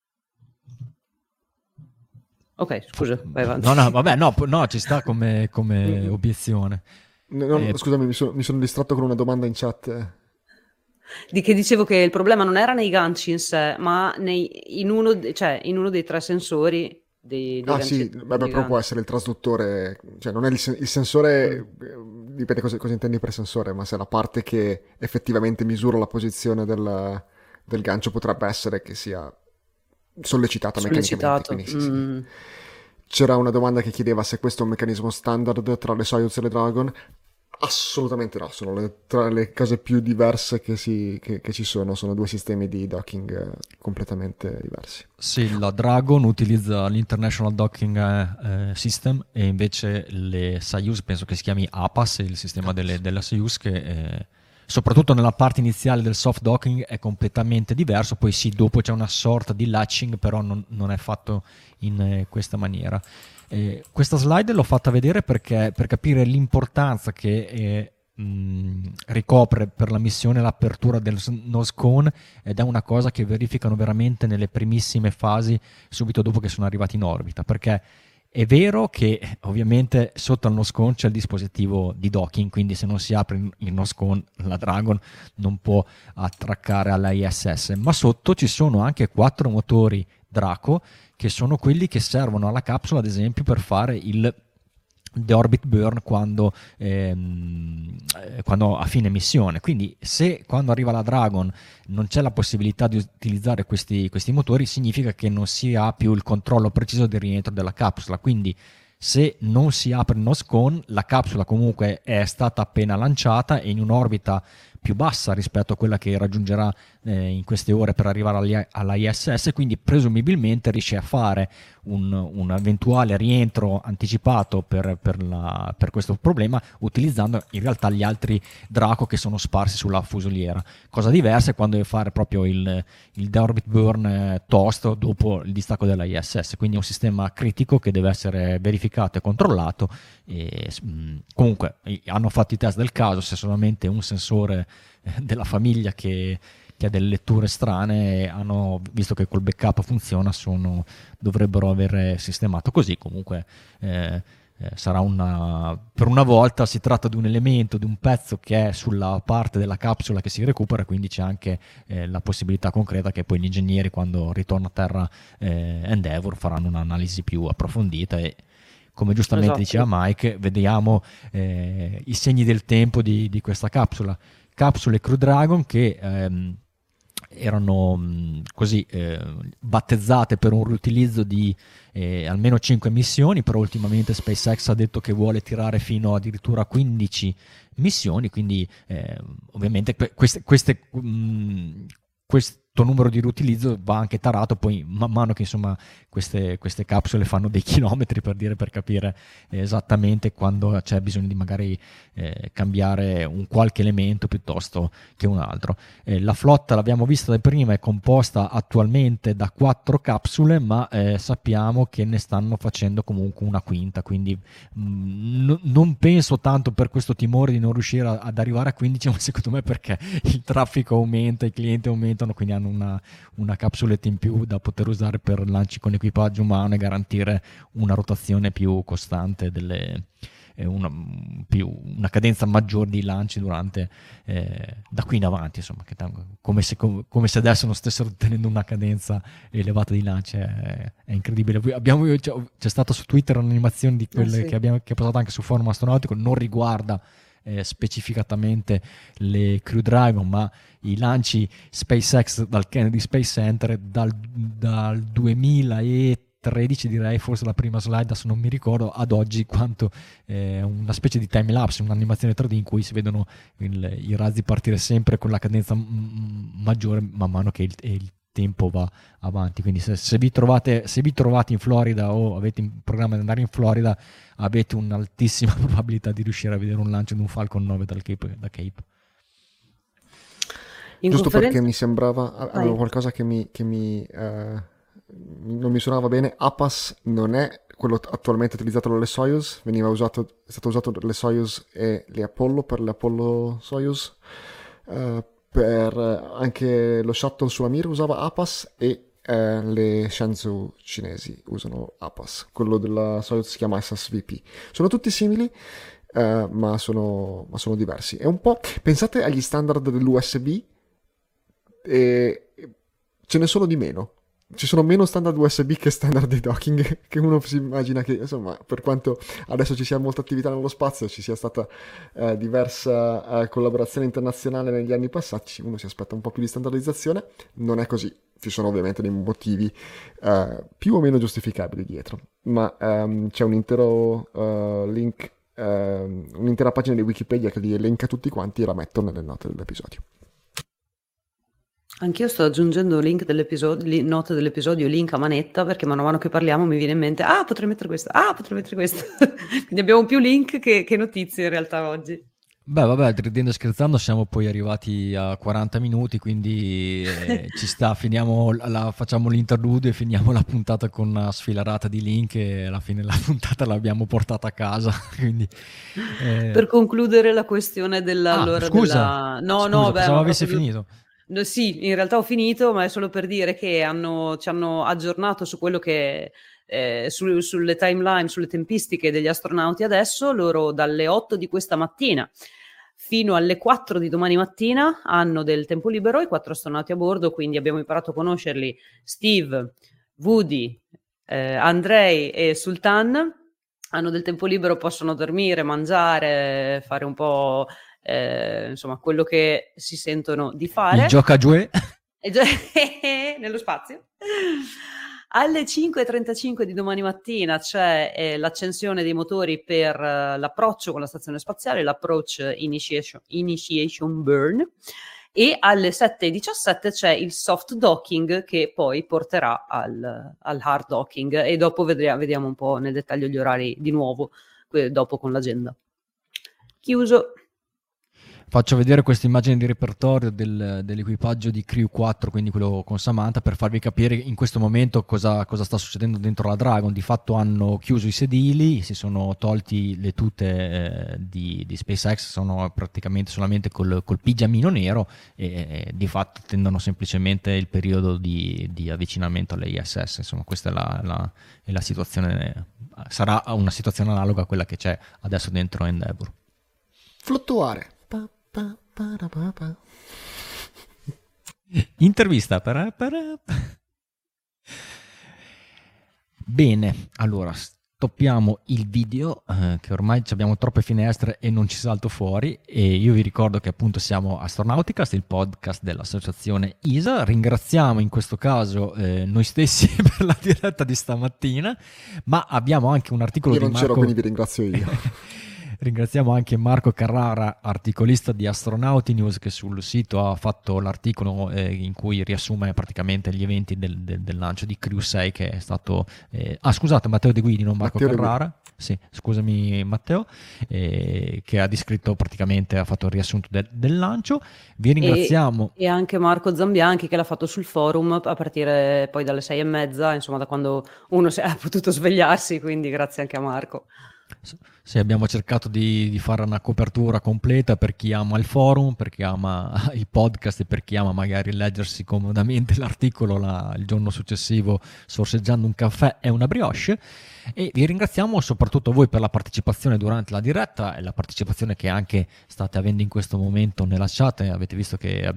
[SPEAKER 2] Ok, scusa, vai avanti.
[SPEAKER 1] No, vabbè, no, ci sta come obiezione.
[SPEAKER 3] Scusami, mi sono distratto con una domanda in chat.
[SPEAKER 2] Che dicevo che il problema non era nei ganci in sé, ma in uno dei 3 sensori.
[SPEAKER 3] Sì, però può essere il trasduttore, cioè non è il sensore, dipende cosa intendi per sensore, ma se la parte che effettivamente misura la posizione del gancio potrebbe essere che sia sollecitata meccanicamente. Quindi, sì. C'era una domanda che chiedeva se questo è un meccanismo standard tra le Soyuz e le Dragon. Assolutamente no, sono tra le cose più diverse che ci sono 2 sistemi di docking completamente diversi.
[SPEAKER 1] Sì, la Dragon utilizza l'International Docking System e invece le Soyuz, penso che si chiami APAS, il sistema della Soyuz, che soprattutto nella parte iniziale del soft docking è completamente diverso, poi sì, dopo c'è una sorta di latching, però non è fatto in questa maniera. Questa slide l'ho fatta vedere perché per capire l'importanza che ricopre per la missione l'apertura del nose cone, ed è una cosa che verificano veramente nelle primissime fasi, subito dopo che sono arrivati in orbita, perché è vero che ovviamente sotto al nose cone c'è il dispositivo di docking, quindi se non si apre il nose cone la Dragon non può attraccare alla ISS, ma sotto ci sono anche 4 motori Draco, che sono quelli che servono alla capsula, ad esempio, per fare il orbit burn quando a fine missione. Quindi se quando arriva la Dragon non c'è la possibilità di utilizzare questi motori, significa che non si ha più il controllo preciso del rientro della capsula. Quindi se non si apre il nose cone, la capsula comunque è stata appena lanciata e in un'orbita più bassa rispetto a quella che raggiungerà in queste ore per arrivare alla ISS, quindi presumibilmente riesce a fare un eventuale rientro anticipato per questo problema, utilizzando in realtà gli altri Draco che sono sparsi sulla fusoliera. Cosa diversa è quando deve fare proprio il deorbit burn tosto dopo il distacco della ISS, quindi è un sistema critico che deve essere verificato e controllato. E, comunque hanno fatto i test del caso, se solamente un sensore della famiglia che ha delle letture strane, hanno visto che col backup funziona, dovrebbero aver sistemato così. Comunque sarà per una volta si tratta di un elemento, di un pezzo che è sulla parte della capsula che si recupera, quindi c'è anche la possibilità concreta che poi gli ingegneri, quando ritorna a terra Endeavour, faranno un'analisi più approfondita e, come giustamente diceva Mike, vediamo i segni del tempo di questa capsule Crew Dragon che erano così battezzate per un riutilizzo di almeno 5 missioni, però ultimamente SpaceX ha detto che vuole tirare fino addirittura a 15 missioni, quindi ovviamente questo numero di riutilizzo va anche tarato poi man mano che insomma queste capsule fanno dei chilometri, per capire esattamente quando c'è bisogno di magari cambiare un qualche elemento piuttosto che un altro. La flotta, l'abbiamo vista da prima, è composta attualmente da 4 capsule, ma sappiamo che ne stanno facendo comunque una quinta, quindi non penso tanto per questo timore di non riuscire ad arrivare a 15, ma secondo me perché il traffico aumenta, i clienti aumentano, quindi hanno una capsuletta in più da poter usare per lanci con equipaggio umano e garantire una rotazione più costante una cadenza maggiore di lanci durante da qui in avanti, insomma, come se adesso non stessero tenendo una cadenza elevata di lanci. È incredibile. C'è stata su Twitter un'animazione di quelle che è passata anche su Forum Astronautico, non riguarda specificatamente le Crew Dragon, ma i lanci SpaceX dal Kennedy Space Center dal 2013, direi, forse la prima slide, adesso non mi ricordo, ad oggi, quanto una specie di time lapse, un'animazione 3D in cui si vedono i razzi partire sempre con la cadenza maggiore man mano che il tempo va avanti. Quindi se vi trovate in Florida o avete in programma di andare in Florida, avete un'altissima probabilità di riuscire a vedere un lancio di un Falcon 9 da Cape.
[SPEAKER 3] Giusto perché mi sembrava avevo qualcosa che non mi suonava bene. APAS non è quello attualmente utilizzato dalle Soyuz, è stato usato dalle Soyuz e le Apollo, per le Apollo Soyuz, per anche lo shuttle sulla Mir usava APAS e le Shenzhou cinesi usano APAS. Quello della Soyuz si chiama SSVP. Sono tutti simili, ma sono diversi. È un po', pensate agli standard dell'USB, e ce ne sono di meno. Ci sono meno standard USB che standard di docking, che uno si immagina che, insomma, per quanto adesso ci sia molta attività nello spazio, ci sia stata diversa collaborazione internazionale negli anni passati, uno si aspetta un po' più di standardizzazione. Non è così, ci sono ovviamente dei motivi più o meno giustificabili dietro, ma c'è un intero link, un'intera pagina di Wikipedia che li elenca tutti quanti e la metto nelle note dell'episodio.
[SPEAKER 2] Anch'io sto aggiungendo link note dell'episodio, link a manetta, perché mano a mano che parliamo mi viene in mente potrei mettere questo, potrei mettere questo. Quindi abbiamo più link che notizie in realtà oggi.
[SPEAKER 1] Beh, vabbè, ridendo e scherzando siamo poi arrivati a 40 minuti, quindi ci sta, facciamo l'interludio e finiamo la puntata con una sfilarata di link e alla fine la puntata l'abbiamo portata a casa, quindi...
[SPEAKER 2] Per concludere la questione allora,
[SPEAKER 1] scusa,
[SPEAKER 2] No,
[SPEAKER 1] scusa,
[SPEAKER 2] beh,
[SPEAKER 1] pensavo
[SPEAKER 2] ma
[SPEAKER 1] avessi
[SPEAKER 2] proprio...
[SPEAKER 1] finito.
[SPEAKER 2] No, sì, in realtà ho finito, ma è solo per dire che ci hanno aggiornato su quello che sulle timeline, sulle tempistiche degli astronauti adesso. Loro dalle 8 di questa mattina fino alle 4 di domani mattina hanno del tempo libero, i 4 astronauti a bordo, quindi abbiamo imparato a conoscerli: Steve, Woody, Andrei e Sultan. Hanno del tempo libero, possono dormire, mangiare, fare un po' insomma quello che si sentono di fare.
[SPEAKER 1] Il gioca giue.
[SPEAKER 2] Nello spazio. Alle 5:35 di domani mattina c'è l'accensione dei motori per l'approccio con la stazione spaziale, l'approach initiation burn, e alle 7:17 c'è il soft docking che poi porterà al hard docking, e dopo vediamo un po' nel dettaglio gli orari di nuovo, dopo con l'agenda. Chiuso.
[SPEAKER 1] Faccio vedere questa immagine di repertorio dell'equipaggio di Crew 4, quindi quello con Samantha, per farvi capire in questo momento cosa sta succedendo dentro la Dragon. Di fatto hanno chiuso i sedili, si sono tolti le tute di SpaceX, sono praticamente solamente col pigiamino nero e di fatto tendono semplicemente il periodo di avvicinamento all'ISS. Insomma, questa è la situazione, sarà una situazione analoga a quella che c'è adesso dentro Endeavour.
[SPEAKER 3] Fluttuare.
[SPEAKER 1] Intervista. Bene, allora stoppiamo il video, che ormai abbiamo troppe finestre e non ci salto fuori, e io vi ricordo che appunto siamo Astronauticast, il podcast dell'associazione ISA. Ringraziamo in questo caso noi stessi per la diretta di stamattina, ma abbiamo anche un articolo
[SPEAKER 3] io
[SPEAKER 1] di
[SPEAKER 3] non
[SPEAKER 1] Marco...
[SPEAKER 3] c'ero, quindi vi ringrazio io.
[SPEAKER 1] Ringraziamo anche Marco Carrara, articolista di Astronauti News, che sul sito ha fatto l'articolo in cui riassume praticamente gli eventi del lancio di Crew 6, che è stato... scusate, Matteo De Guidi, non Marco Carrara. Sì, scusami Matteo, che ha descritto praticamente, ha fatto il riassunto del lancio. Vi ringraziamo.
[SPEAKER 2] E anche Marco Zambianchi, che l'ha fatto sul forum a partire poi dalle 6:30, insomma da quando uno ha potuto svegliarsi, quindi grazie anche a Marco.
[SPEAKER 1] Sì, abbiamo cercato di fare una copertura completa per chi ama il forum, per chi ama il podcast e per chi ama magari leggersi comodamente l'articolo il giorno successivo sorseggiando un caffè e una brioche. E vi ringraziamo soprattutto voi per la partecipazione durante la diretta e la partecipazione che anche state avendo in questo momento nella chat. Avete visto che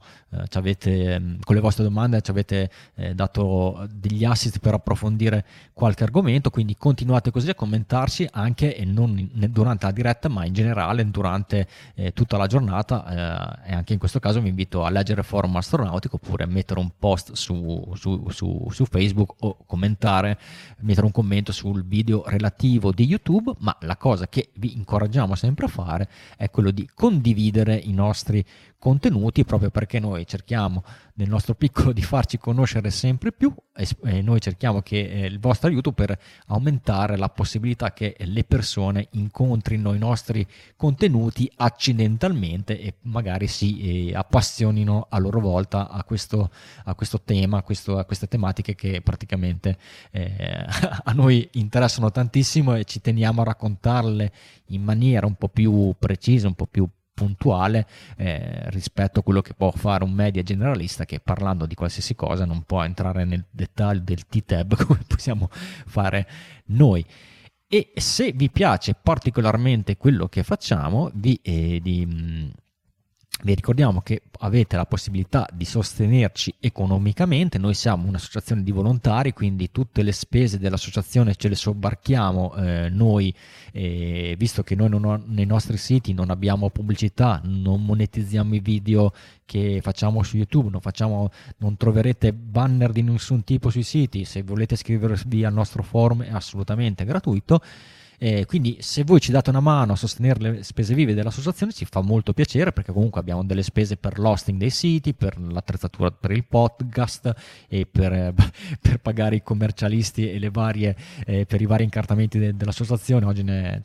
[SPEAKER 1] con le vostre domande ci avete dato degli assist per approfondire qualche argomento, quindi continuate così a commentarci anche e non durante la diretta, ma in generale durante tutta la giornata, e anche in questo caso vi invito a leggere Forum Astronautico oppure mettere un post su Facebook o mettere un commento sul video relativo di YouTube. Ma la cosa che vi incoraggiamo sempre a fare è quello di condividere i nostri contenuti, proprio perché noi cerchiamo nel nostro piccolo di farci conoscere sempre più e noi cerchiamo che il vostro aiuto per aumentare la possibilità che le persone incontrino i nostri contenuti accidentalmente e magari si appassionino a loro volta a questo tema, a queste tematiche che praticamente a noi interessano tantissimo e ci teniamo a raccontarle in maniera un po' più precisa, un po' più puntuale rispetto a quello che può fare un media generalista, che parlando di qualsiasi cosa non può entrare nel dettaglio del T-Tab come possiamo fare noi. E se vi piace particolarmente quello che facciamo, vi ricordiamo che avete la possibilità di sostenerci economicamente. Noi siamo un'associazione di volontari, quindi tutte le spese dell'associazione ce le sobbarchiamo noi, visto che noi nei nostri siti non abbiamo pubblicità, non monetizziamo i video che facciamo su YouTube, non troverete banner di nessun tipo sui siti. Se volete iscrivervi al nostro forum è assolutamente gratuito. Quindi se voi ci date una mano a sostenere le spese vive dell'associazione ci fa molto piacere, perché comunque abbiamo delle spese per l'hosting dei siti, per l'attrezzatura per il podcast e per pagare i commercialisti e per i vari incartamenti dell'associazione. Oggi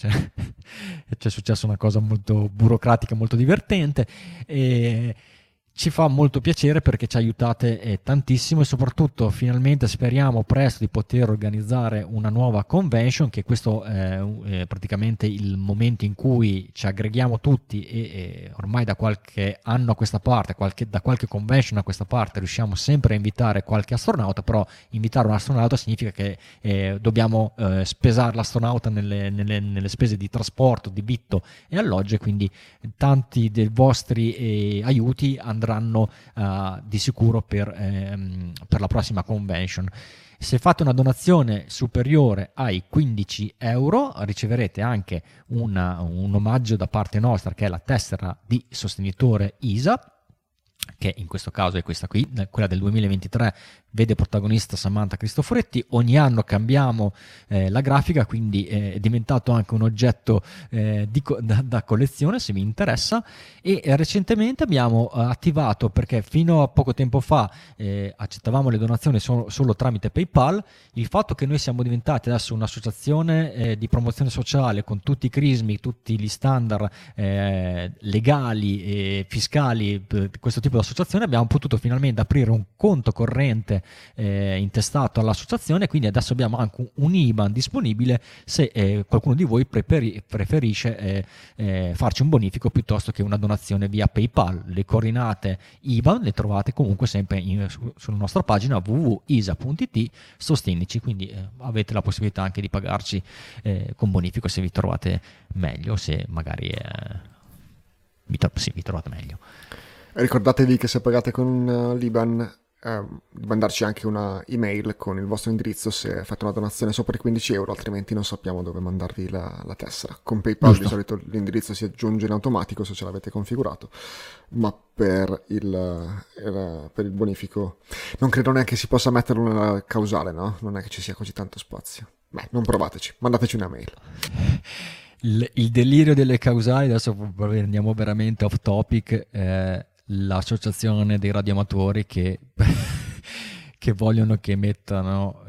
[SPEAKER 1] c'è successa una cosa molto burocratica, molto divertente, e ci fa molto piacere perché ci aiutate tantissimo, e soprattutto finalmente speriamo presto di poter organizzare una nuova convention, che questo è praticamente il momento in cui ci aggreghiamo tutti e ormai da qualche anno a questa parte, da qualche convention a questa parte, riusciamo sempre a invitare qualche astronauta. Però invitare un astronauta significa che dobbiamo spesare l'astronauta nelle spese di trasporto, di vitto e alloggio, e quindi tanti dei vostri aiuti andranno di sicuro per la prossima convention. Se fate una donazione superiore ai 15 euro riceverete anche un omaggio da parte nostra, che è la tessera di sostenitore ISA, che in questo caso è questa qui, quella del 2023, vede protagonista Samantha Cristoforetti. Ogni anno cambiamo la grafica, quindi è diventato anche un oggetto da collezione, se vi interessa. E recentemente abbiamo attivato, perché fino a poco tempo fa accettavamo le donazioni solo tramite PayPal, il fatto che noi siamo diventati adesso un'associazione di promozione sociale con tutti i crismi, tutti gli standard legali e fiscali per questo tipo di associazione. Abbiamo potuto finalmente aprire un conto corrente intestato all'associazione, quindi adesso abbiamo anche un IBAN disponibile se qualcuno di voi preferisce farci un bonifico piuttosto che una donazione via PayPal. Le coordinate IBAN le trovate comunque sempre sulla nostra pagina www.isa.it sostenici, quindi avete la possibilità anche di pagarci con bonifico se vi trovate meglio, se magari vi trovate meglio.
[SPEAKER 3] Ricordatevi che se pagate con l'IBAN mandarci anche una email con il vostro indirizzo se fate una donazione sopra i 15 euro, altrimenti non sappiamo dove mandarvi la tessera. Con PayPal Giusto. Di solito l'indirizzo si aggiunge in automatico se ce l'avete configurato, ma per il bonifico non credo neanche si possa metterlo nella causale, no? Non è che ci sia così tanto spazio. Beh, non provateci, mandateci una mail.
[SPEAKER 1] Il delirio delle causali, adesso andiamo veramente off topic, l'associazione dei radioamatori che vogliono che mettiamo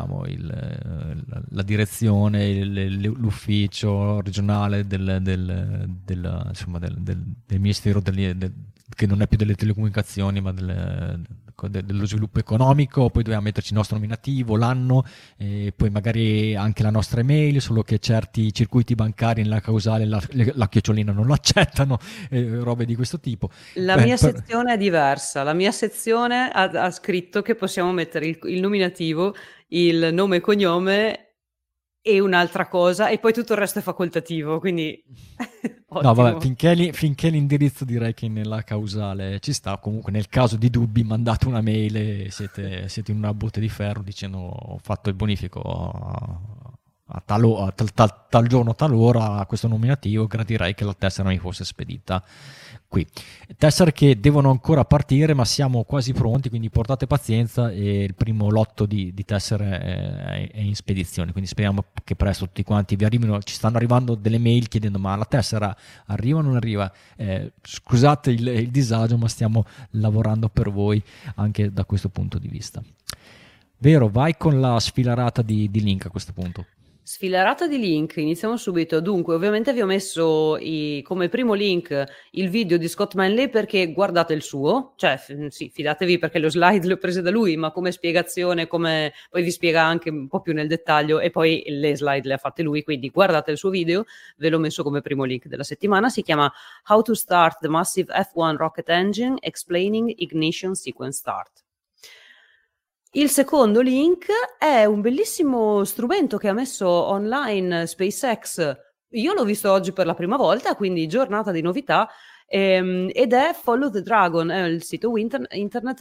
[SPEAKER 1] la direzione, l'ufficio regionale del Ministero che non è più delle telecomunicazioni ma dello sviluppo economico. Poi dobbiamo metterci il nostro nominativo, l'anno, e poi magari anche la nostra email, solo che certi circuiti bancari nella causale la chiocciolina non lo accettano, robe di questo tipo.
[SPEAKER 2] La mia sezione è diversa, la mia sezione ha scritto che possiamo mettere il nominativo, il nome e cognome e un'altra cosa, e poi tutto il resto è facoltativo, quindi
[SPEAKER 1] no, vabbè, finché l'indirizzo direi che nella causale ci sta. Comunque nel caso di dubbi mandate una mail e siete in una botte di ferro dicendo ho fatto il bonifico a tal giorno, tal ora, a questo nominativo, gradirei che la tessera mi fosse spedita qui. Tessere che devono ancora partire, ma siamo quasi pronti, quindi portate pazienza, e il primo lotto di tessere è in spedizione, quindi speriamo che presto tutti quanti vi arrivino. Ci stanno arrivando delle mail chiedendo ma la tessera arriva o non arriva? Scusate il disagio, ma stiamo lavorando per voi anche da questo punto di vista. Vero, vai con la sfilarata di link a questo punto.
[SPEAKER 2] Sfilarata di link, iniziamo subito. Dunque, ovviamente vi ho messo come primo link il video di Scott Manley, perché guardate il suo, cioè sì, fidatevi perché lo slide l'ho preso da lui, ma come spiegazione, poi vi spiega anche un po' più nel dettaglio, e poi le slide le ha fatte lui, quindi guardate il suo video, ve l'ho messo come primo link della settimana. Si chiama How to Start the Massive F1 Rocket Engine Explaining Ignition Sequence Start. Il secondo link è un bellissimo strumento che ha messo online SpaceX. Io l'ho visto oggi per la prima volta, quindi giornata di novità, ed è Follow the Dragon, è il sito internet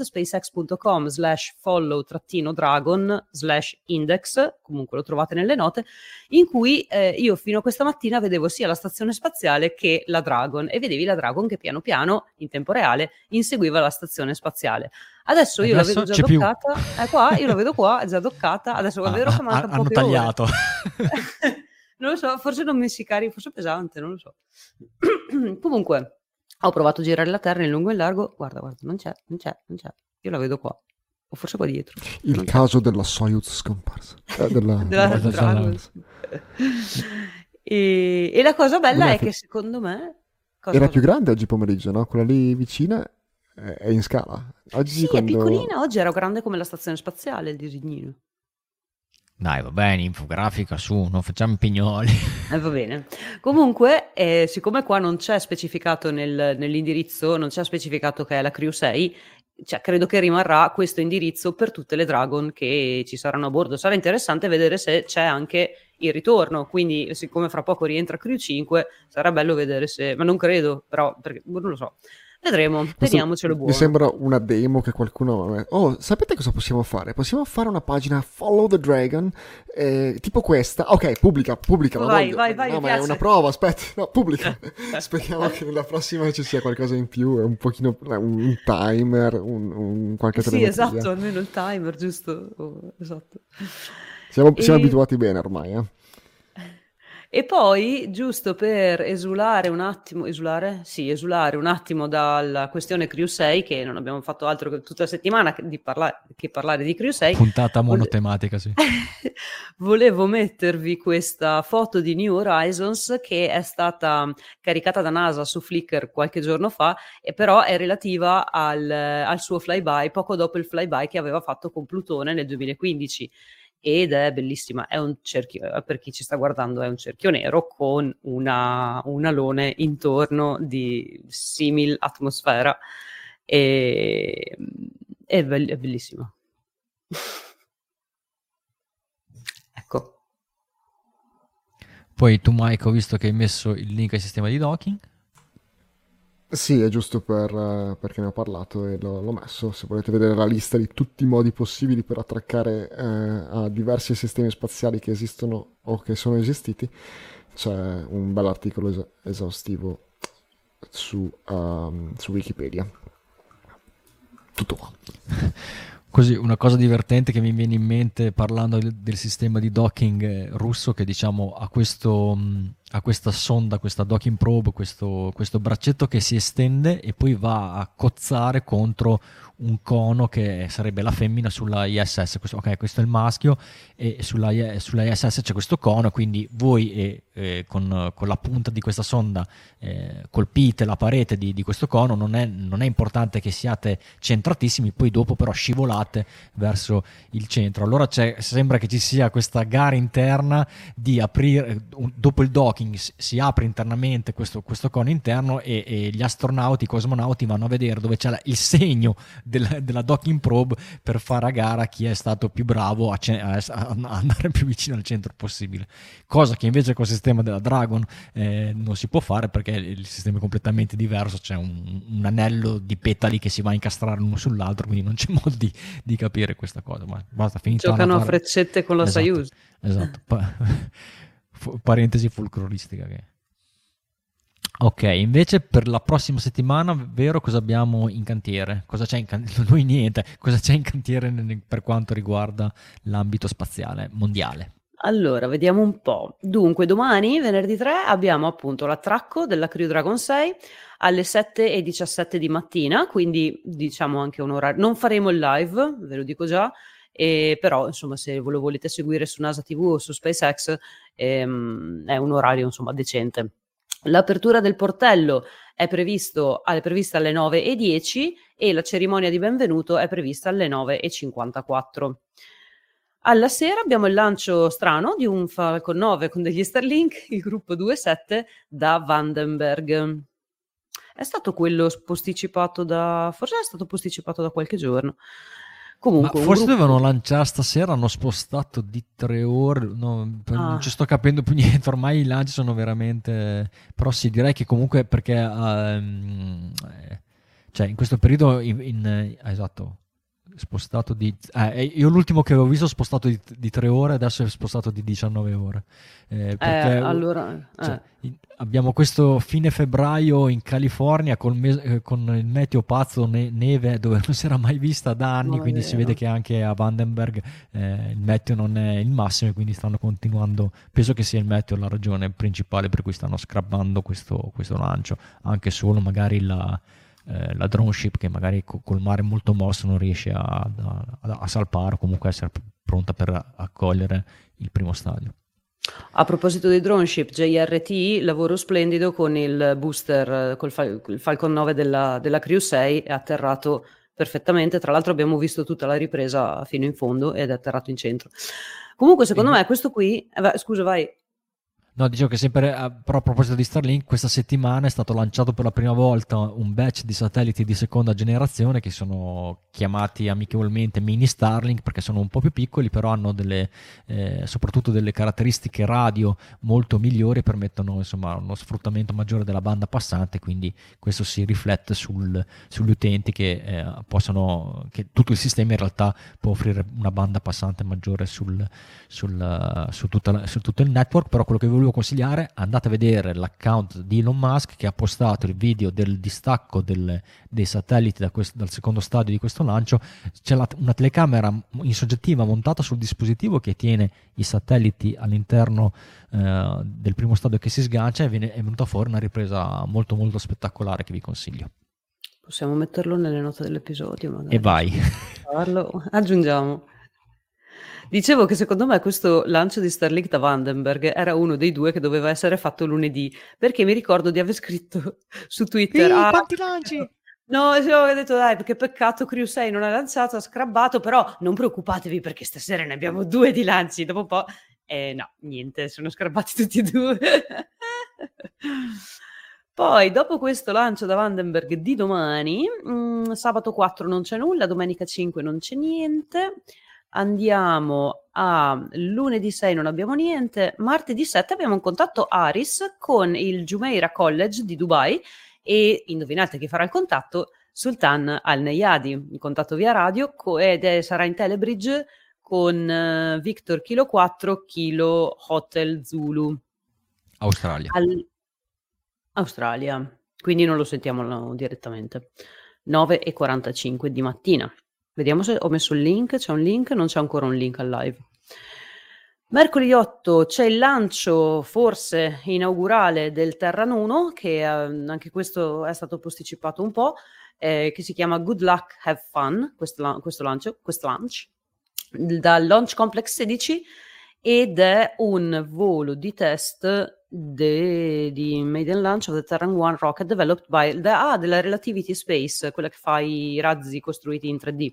[SPEAKER 2] spacex.com/follow-dragon/index, comunque lo trovate nelle note, in cui io fino a questa mattina vedevo sia la stazione spaziale che la Dragon, e vedevi la Dragon che piano piano, in tempo reale, inseguiva la stazione spaziale. Adesso io la vedo già doccata, è qua, io la vedo qua, è già doccata, adesso è vero che manca un po'
[SPEAKER 1] hanno
[SPEAKER 2] che
[SPEAKER 1] tagliato.
[SPEAKER 2] Non lo so, forse non messi carichi, forse pesante, non lo so. Comunque, ho provato a girare la Terra in lungo e in largo. Guarda, non c'è. Io la vedo qua. O forse qua dietro.
[SPEAKER 3] Il caso della Soyuz scomparsa.
[SPEAKER 2] Della Dragon. E la cosa bella è che secondo me...
[SPEAKER 3] Era più grande oggi pomeriggio, no? Quella lì vicina è in scala. Oggi
[SPEAKER 2] sì, è piccolina, oggi era grande come la stazione spaziale il disegnino.
[SPEAKER 1] Dai, va bene, infografica su, non facciamo i pignoli.
[SPEAKER 2] Va bene. Comunque, siccome qua non c'è specificato nell'indirizzo, non c'è specificato che è la Crew 6, cioè credo che rimarrà questo indirizzo per tutte le Dragon che ci saranno a bordo. Sarà interessante vedere se c'è anche il ritorno, quindi siccome fra poco rientra Crew 5, sarà bello vedere se... Ma non credo, però, perché non lo so. Vedremo, teniamocelo buono.
[SPEAKER 3] Mi sembra una demo che qualcuno... Oh, sapete cosa possiamo fare? Possiamo fare una pagina Follow the Dragon, tipo questa. Ok, pubblica,
[SPEAKER 2] vai,
[SPEAKER 3] no, ma è una prova, aspetta, no, pubblica. Speriamo che nella prossima ci sia qualcosa in più, un pochino, un timer, un qualche telemetria.
[SPEAKER 2] Sì, esatto, almeno il timer, giusto? Esatto.
[SPEAKER 3] Siamo abituati bene ormai,
[SPEAKER 2] E poi, giusto per esulare un attimo dalla questione Crew 6, che non abbiamo fatto altro che tutta la settimana che parlare di Crew 6.
[SPEAKER 1] Puntata monotematica, sì.
[SPEAKER 2] Volevo mettervi questa foto di New Horizons che è stata caricata da NASA su Flickr qualche giorno fa, e però è relativa al suo flyby, poco dopo il flyby che aveva fatto con Plutone nel 2015. Ed è bellissima, è un cerchio, per chi ci sta guardando è un cerchio nero con un alone intorno di simil atmosfera, e è bellissima. Ecco.
[SPEAKER 1] Poi tu, Mike, ho visto che hai messo il link al sistema di docking.
[SPEAKER 3] Sì, è giusto perché ne ho parlato e l'ho messo. Se volete vedere la lista di tutti i modi possibili per attraccare a diversi sistemi spaziali che esistono o che sono esistiti, c'è un bel articolo esaustivo su Wikipedia. Tutto qua.
[SPEAKER 1] Così, una cosa divertente che mi viene in mente parlando del sistema di docking russo, che diciamo ha questa sonda, questa docking probe, questo braccetto che si estende e poi va a cozzare contro un cono che sarebbe la femmina sulla ISS. Questo è il maschio, e sulla ISS c'è questo cono, quindi voi con la punta di questa sonda colpite la parete di questo cono. Non è importante che siate centratissimi, poi dopo però scivolate verso il centro. Allora sembra che ci sia questa gara interna di aprire, dopo il docking si apre internamente questo cono interno, e gli astronauti, i cosmonauti vanno a vedere dove c'è il segno della docking probe per fare a gara chi è stato più bravo a andare più vicino al centro possibile, cosa che invece col sistema della Dragon non si può fare, perché il sistema è completamente diverso. C'è un anello di petali che si va a incastrare l'uno sull'altro, quindi non c'è modo di capire questa cosa. Ma basta, finita
[SPEAKER 2] giocano a freccette con la Soyuz.
[SPEAKER 1] Esatto. Parentesi folcloristica che... Ok, invece per la prossima settimana, vero, cosa abbiamo in cantiere? Cosa c'è in cantiere? Noi niente. Cosa c'è in cantiere per quanto riguarda l'ambito spaziale mondiale?
[SPEAKER 2] Allora, vediamo un po'. Dunque, domani, venerdì 3, abbiamo appunto l'attracco della Crew Dragon 6 alle 7:17 di mattina, quindi diciamo anche un orario. Non faremo il live, ve lo dico già, però insomma se lo volete seguire su NASA TV o su SpaceX è un orario insomma decente. L'apertura del portello è prevista alle 9:10 e la cerimonia di benvenuto è prevista alle 9:54. Alla sera abbiamo il lancio strano di un Falcon 9 con degli Starlink, il gruppo 2-7 da Vandenberg. È stato quello posticipato forse è stato posticipato da qualche giorno. Comunque,
[SPEAKER 1] forse dovevano lanciare stasera, hanno spostato di 3 ore, no, non ci sto capendo più niente, ormai i lanci sono veramente... Però sì, direi che comunque perché cioè in questo periodo esatto, spostato io l'ultimo che avevo visto è spostato di 3 ore, adesso è spostato di 19 ore. Perché
[SPEAKER 2] allora...
[SPEAKER 1] abbiamo questo fine febbraio in California con il meteo pazzo, neve dove non si era mai vista da anni, quindi si vede che anche a Vandenberg il meteo non è il massimo, e quindi stanno continuando. Penso che sia il meteo la ragione principale per cui stanno scrabbando questo lancio, anche solo magari la drone ship che magari col mare molto mosso non riesce a salpare o comunque essere pronta per accogliere il primo stadio.
[SPEAKER 2] A proposito dei drone ship, JRT, lavoro splendido con il booster, col Falcon 9 della Crew 6, è atterrato perfettamente. Tra l'altro abbiamo visto tutta la ripresa fino in fondo ed è atterrato in centro. Comunque secondo me questo qui... scusa, vai.
[SPEAKER 1] No, dicevo che sempre, però a proposito di Starlink, questa settimana è stato lanciato per la prima volta un batch di satelliti di seconda generazione che sono chiamati amichevolmente mini Starlink perché sono un po' più piccoli, però hanno soprattutto delle caratteristiche radio molto migliori, permettono insomma uno sfruttamento maggiore della banda passante, quindi questo si riflette sugli utenti che che tutto il sistema in realtà può offrire una banda passante maggiore su tutto il network. Però quello che volevo consigliare, andate a vedere l'account di Elon Musk che ha postato il video del distacco dei satelliti dal secondo stadio di questo lancio. C'è una telecamera in soggettiva montata sul dispositivo che tiene i satelliti all'interno del primo stadio che si sgancia, e è venuta fuori una ripresa molto molto spettacolare che vi consiglio.
[SPEAKER 2] Possiamo metterlo nelle note dell'episodio magari.
[SPEAKER 1] E vai.
[SPEAKER 2] Aggiungiamo. Dicevo che secondo me questo lancio di Starlink da Vandenberg era uno dei 2 che doveva essere fatto lunedì, perché mi ricordo di aver scritto su Twitter
[SPEAKER 1] quanti lanci?
[SPEAKER 2] No, ho detto dai, perché peccato Crew 6 non è lanciato, ha scrabbato, però non preoccupatevi perché stasera ne abbiamo 2 di lanci. Dopo un po', no, niente, sono scrabbati tutti e 2. Poi, dopo questo lancio da Vandenberg di domani, sabato 4 non c'è nulla, domenica 5 non c'è niente. Andiamo a lunedì 6, non abbiamo niente. Martedì 7 abbiamo un contatto Aris con il Jumeirah College di Dubai e indovinate chi farà il contatto? Sultan Al Neyadi, il contatto via radio ed sarà in Telebridge con Victor Kilo 4 Kilo Hotel Zulu. Australia, quindi non lo sentiamo direttamente. 9:45 di mattina. Vediamo se ho messo il link, c'è un link, non c'è ancora un link al live. Mercoledì 8 c'è il lancio forse inaugurale del Terran 1, che anche questo è stato posticipato un po', che si chiama Good Luck, Have Fun, questo launch, dal Launch Complex 16, ed è un volo di test di Maiden Launch of the Terran 1 rocket developed by della Relativity Space, quella che fa i razzi costruiti in 3D.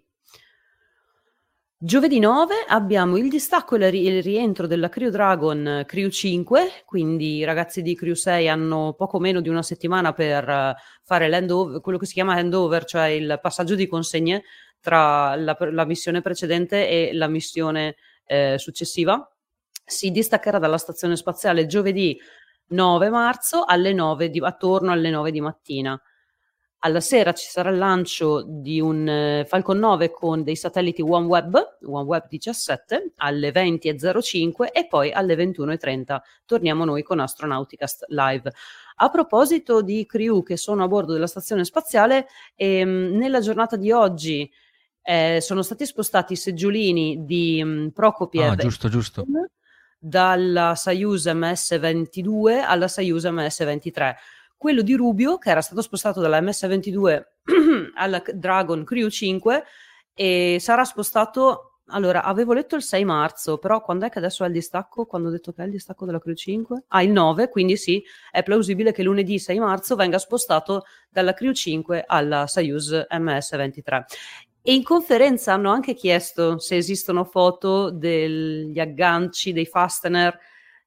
[SPEAKER 2] Giovedì 9 abbiamo il distacco e il rientro della Crew Dragon Crew 5, quindi i ragazzi di Crew 6 hanno poco meno di una settimana per fare l'handover, quello che si chiama handover, cioè il passaggio di consegne tra la missione precedente e la missione successiva. Si distaccherà dalla stazione spaziale giovedì 9 marzo attorno alle 9 di mattina. Alla sera ci sarà il lancio di un Falcon 9 con dei satelliti OneWeb 17 alle 20:05 e poi alle 21:30 torniamo noi con Astronauticast Live. A proposito di crew che sono a bordo della stazione spaziale, nella giornata di oggi sono stati spostati i seggiolini di Prokopiev
[SPEAKER 1] giusto.
[SPEAKER 2] dalla Soyuz MS-22 alla Soyuz MS-23. Quello di Rubio, che era stato spostato dalla MS-22 alla Dragon Crew 5, e sarà spostato, allora, avevo letto il 6 marzo, però quando è che adesso è il distacco? Quando ho detto che è il distacco della Crew 5? Il 9, quindi sì, è plausibile che lunedì 6 marzo venga spostato dalla Crew 5 alla Soyuz MS-23. E in conferenza hanno anche chiesto se esistono foto degli agganci, dei fastener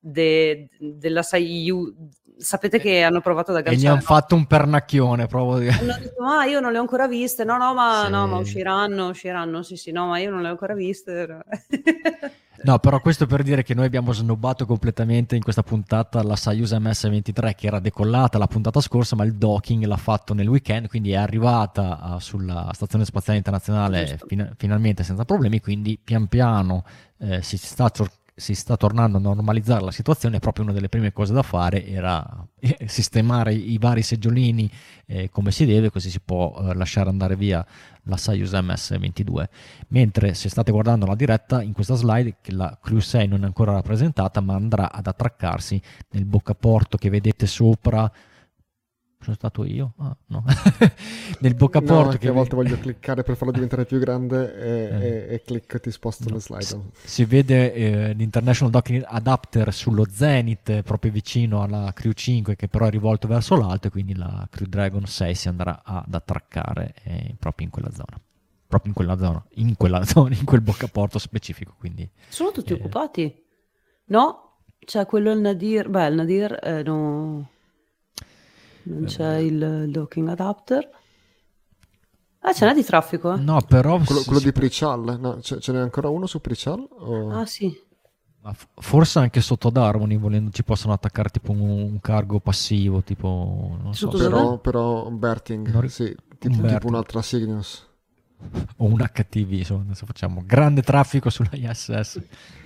[SPEAKER 2] della Soyuz. Sapete che hanno provato ad agganciare.
[SPEAKER 1] E gli hanno fatto un pernacchione, provo a dire.
[SPEAKER 2] Hanno detto, io non le ho ancora viste. No, ma usciranno. Sì, no, ma io non le ho ancora viste.
[SPEAKER 1] No, però questo per dire che noi abbiamo snobbato completamente in questa puntata la Soyuz MS-23 che era decollata la puntata scorsa, ma il docking l'ha fatto nel weekend, quindi è arrivata sulla Stazione Spaziale Internazionale finalmente senza problemi, quindi pian piano si sta tornando a normalizzare la situazione. Proprio una delle prime cose da fare era sistemare i vari seggiolini come si deve, così si può lasciare andare via la Soyuz MS-22. Mentre se state guardando la diretta, in questa slide che la Crew 6 non è ancora rappresentata, ma andrà ad attraccarsi nel boccaporto che vedete sopra. Sono stato io? Ah, no. Nel boccaporto
[SPEAKER 3] no, che a volte voglio cliccare per farlo diventare più grande e clicco, ti sposto le slide.
[SPEAKER 1] Si vede l'International Docking Adapter sullo Zenith proprio vicino alla Crew 5, che però è rivolto verso l'alto, e quindi la Crew Dragon 6 si andrà ad attraccare proprio in quella zona. Proprio in quel boccaporto specifico. Quindi
[SPEAKER 2] sono tutti occupati? No? C'è quello il Nadir. Beh, il Nadir no. Non c'è il docking adapter. Ah, ce n'è di traffico?
[SPEAKER 1] No, però
[SPEAKER 3] quello di Prichal, no, ce n'è ancora uno su Prichal?
[SPEAKER 2] Ah, sì.
[SPEAKER 1] Ma forse anche sotto ad Harmony, volendo, ci possono attaccare tipo un cargo passivo, tipo non so.
[SPEAKER 3] Però Berting, sì, tipo un'altra Cygnus.
[SPEAKER 1] O un HTV, insomma, adesso facciamo grande traffico sulla ISS.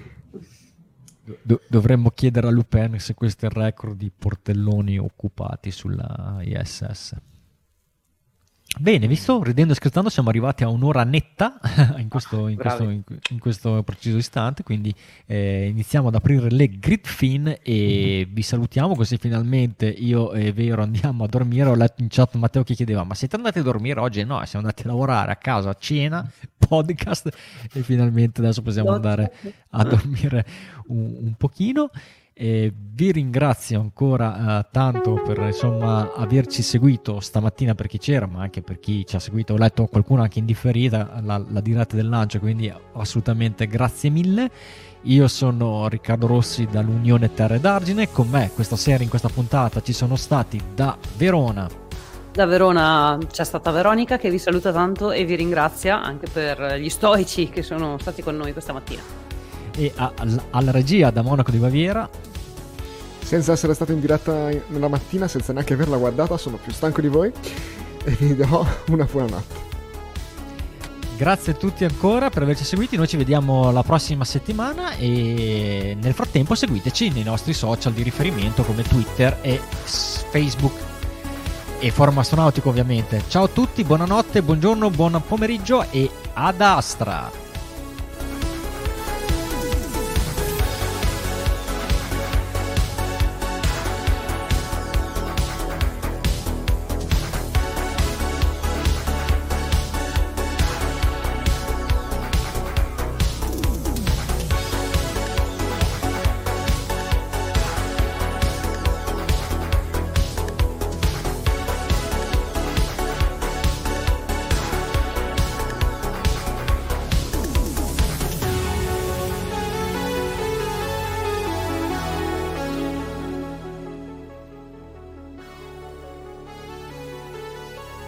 [SPEAKER 1] Dovremmo chiedere a Lupin se questo è il record di portelloni occupati sulla ISS. Bene, visto, ridendo e scherzando, siamo arrivati a un'ora netta in questo preciso istante, quindi iniziamo ad aprire le grid fin e vi salutiamo, così finalmente io e Vero andiamo a dormire. Ho letto in chat Matteo che chiedeva: ma siete andati a dormire oggi? No, siamo andati a lavorare a casa, a cena, podcast, e finalmente adesso possiamo andare a dormire un pochino. Vi ringrazio ancora tanto per averci seguito stamattina, per chi c'era, ma anche per chi ci ha seguito. Ho letto qualcuno anche in differita la diretta del lancio, quindi assolutamente grazie mille. Io sono Riccardo Rossi dall'Unione Terre d'Argine. Con me questa sera in questa puntata ci sono stati da Verona c'è stata Veronica, che vi saluta tanto e vi ringrazia anche per gli stoici che sono stati con noi questa mattina. E alla regia da Monaco di Baviera,
[SPEAKER 3] senza essere stato in diretta nella mattina, senza neanche averla guardata, sono più stanco di voi e vi do una buona notte.
[SPEAKER 1] Grazie a tutti ancora per averci seguiti. Noi ci vediamo la prossima settimana e nel frattempo seguiteci nei nostri social di riferimento come Twitter e Facebook e Forum Astronautico, ovviamente. Ciao a tutti, buonanotte, buongiorno, buon pomeriggio e ad Astra.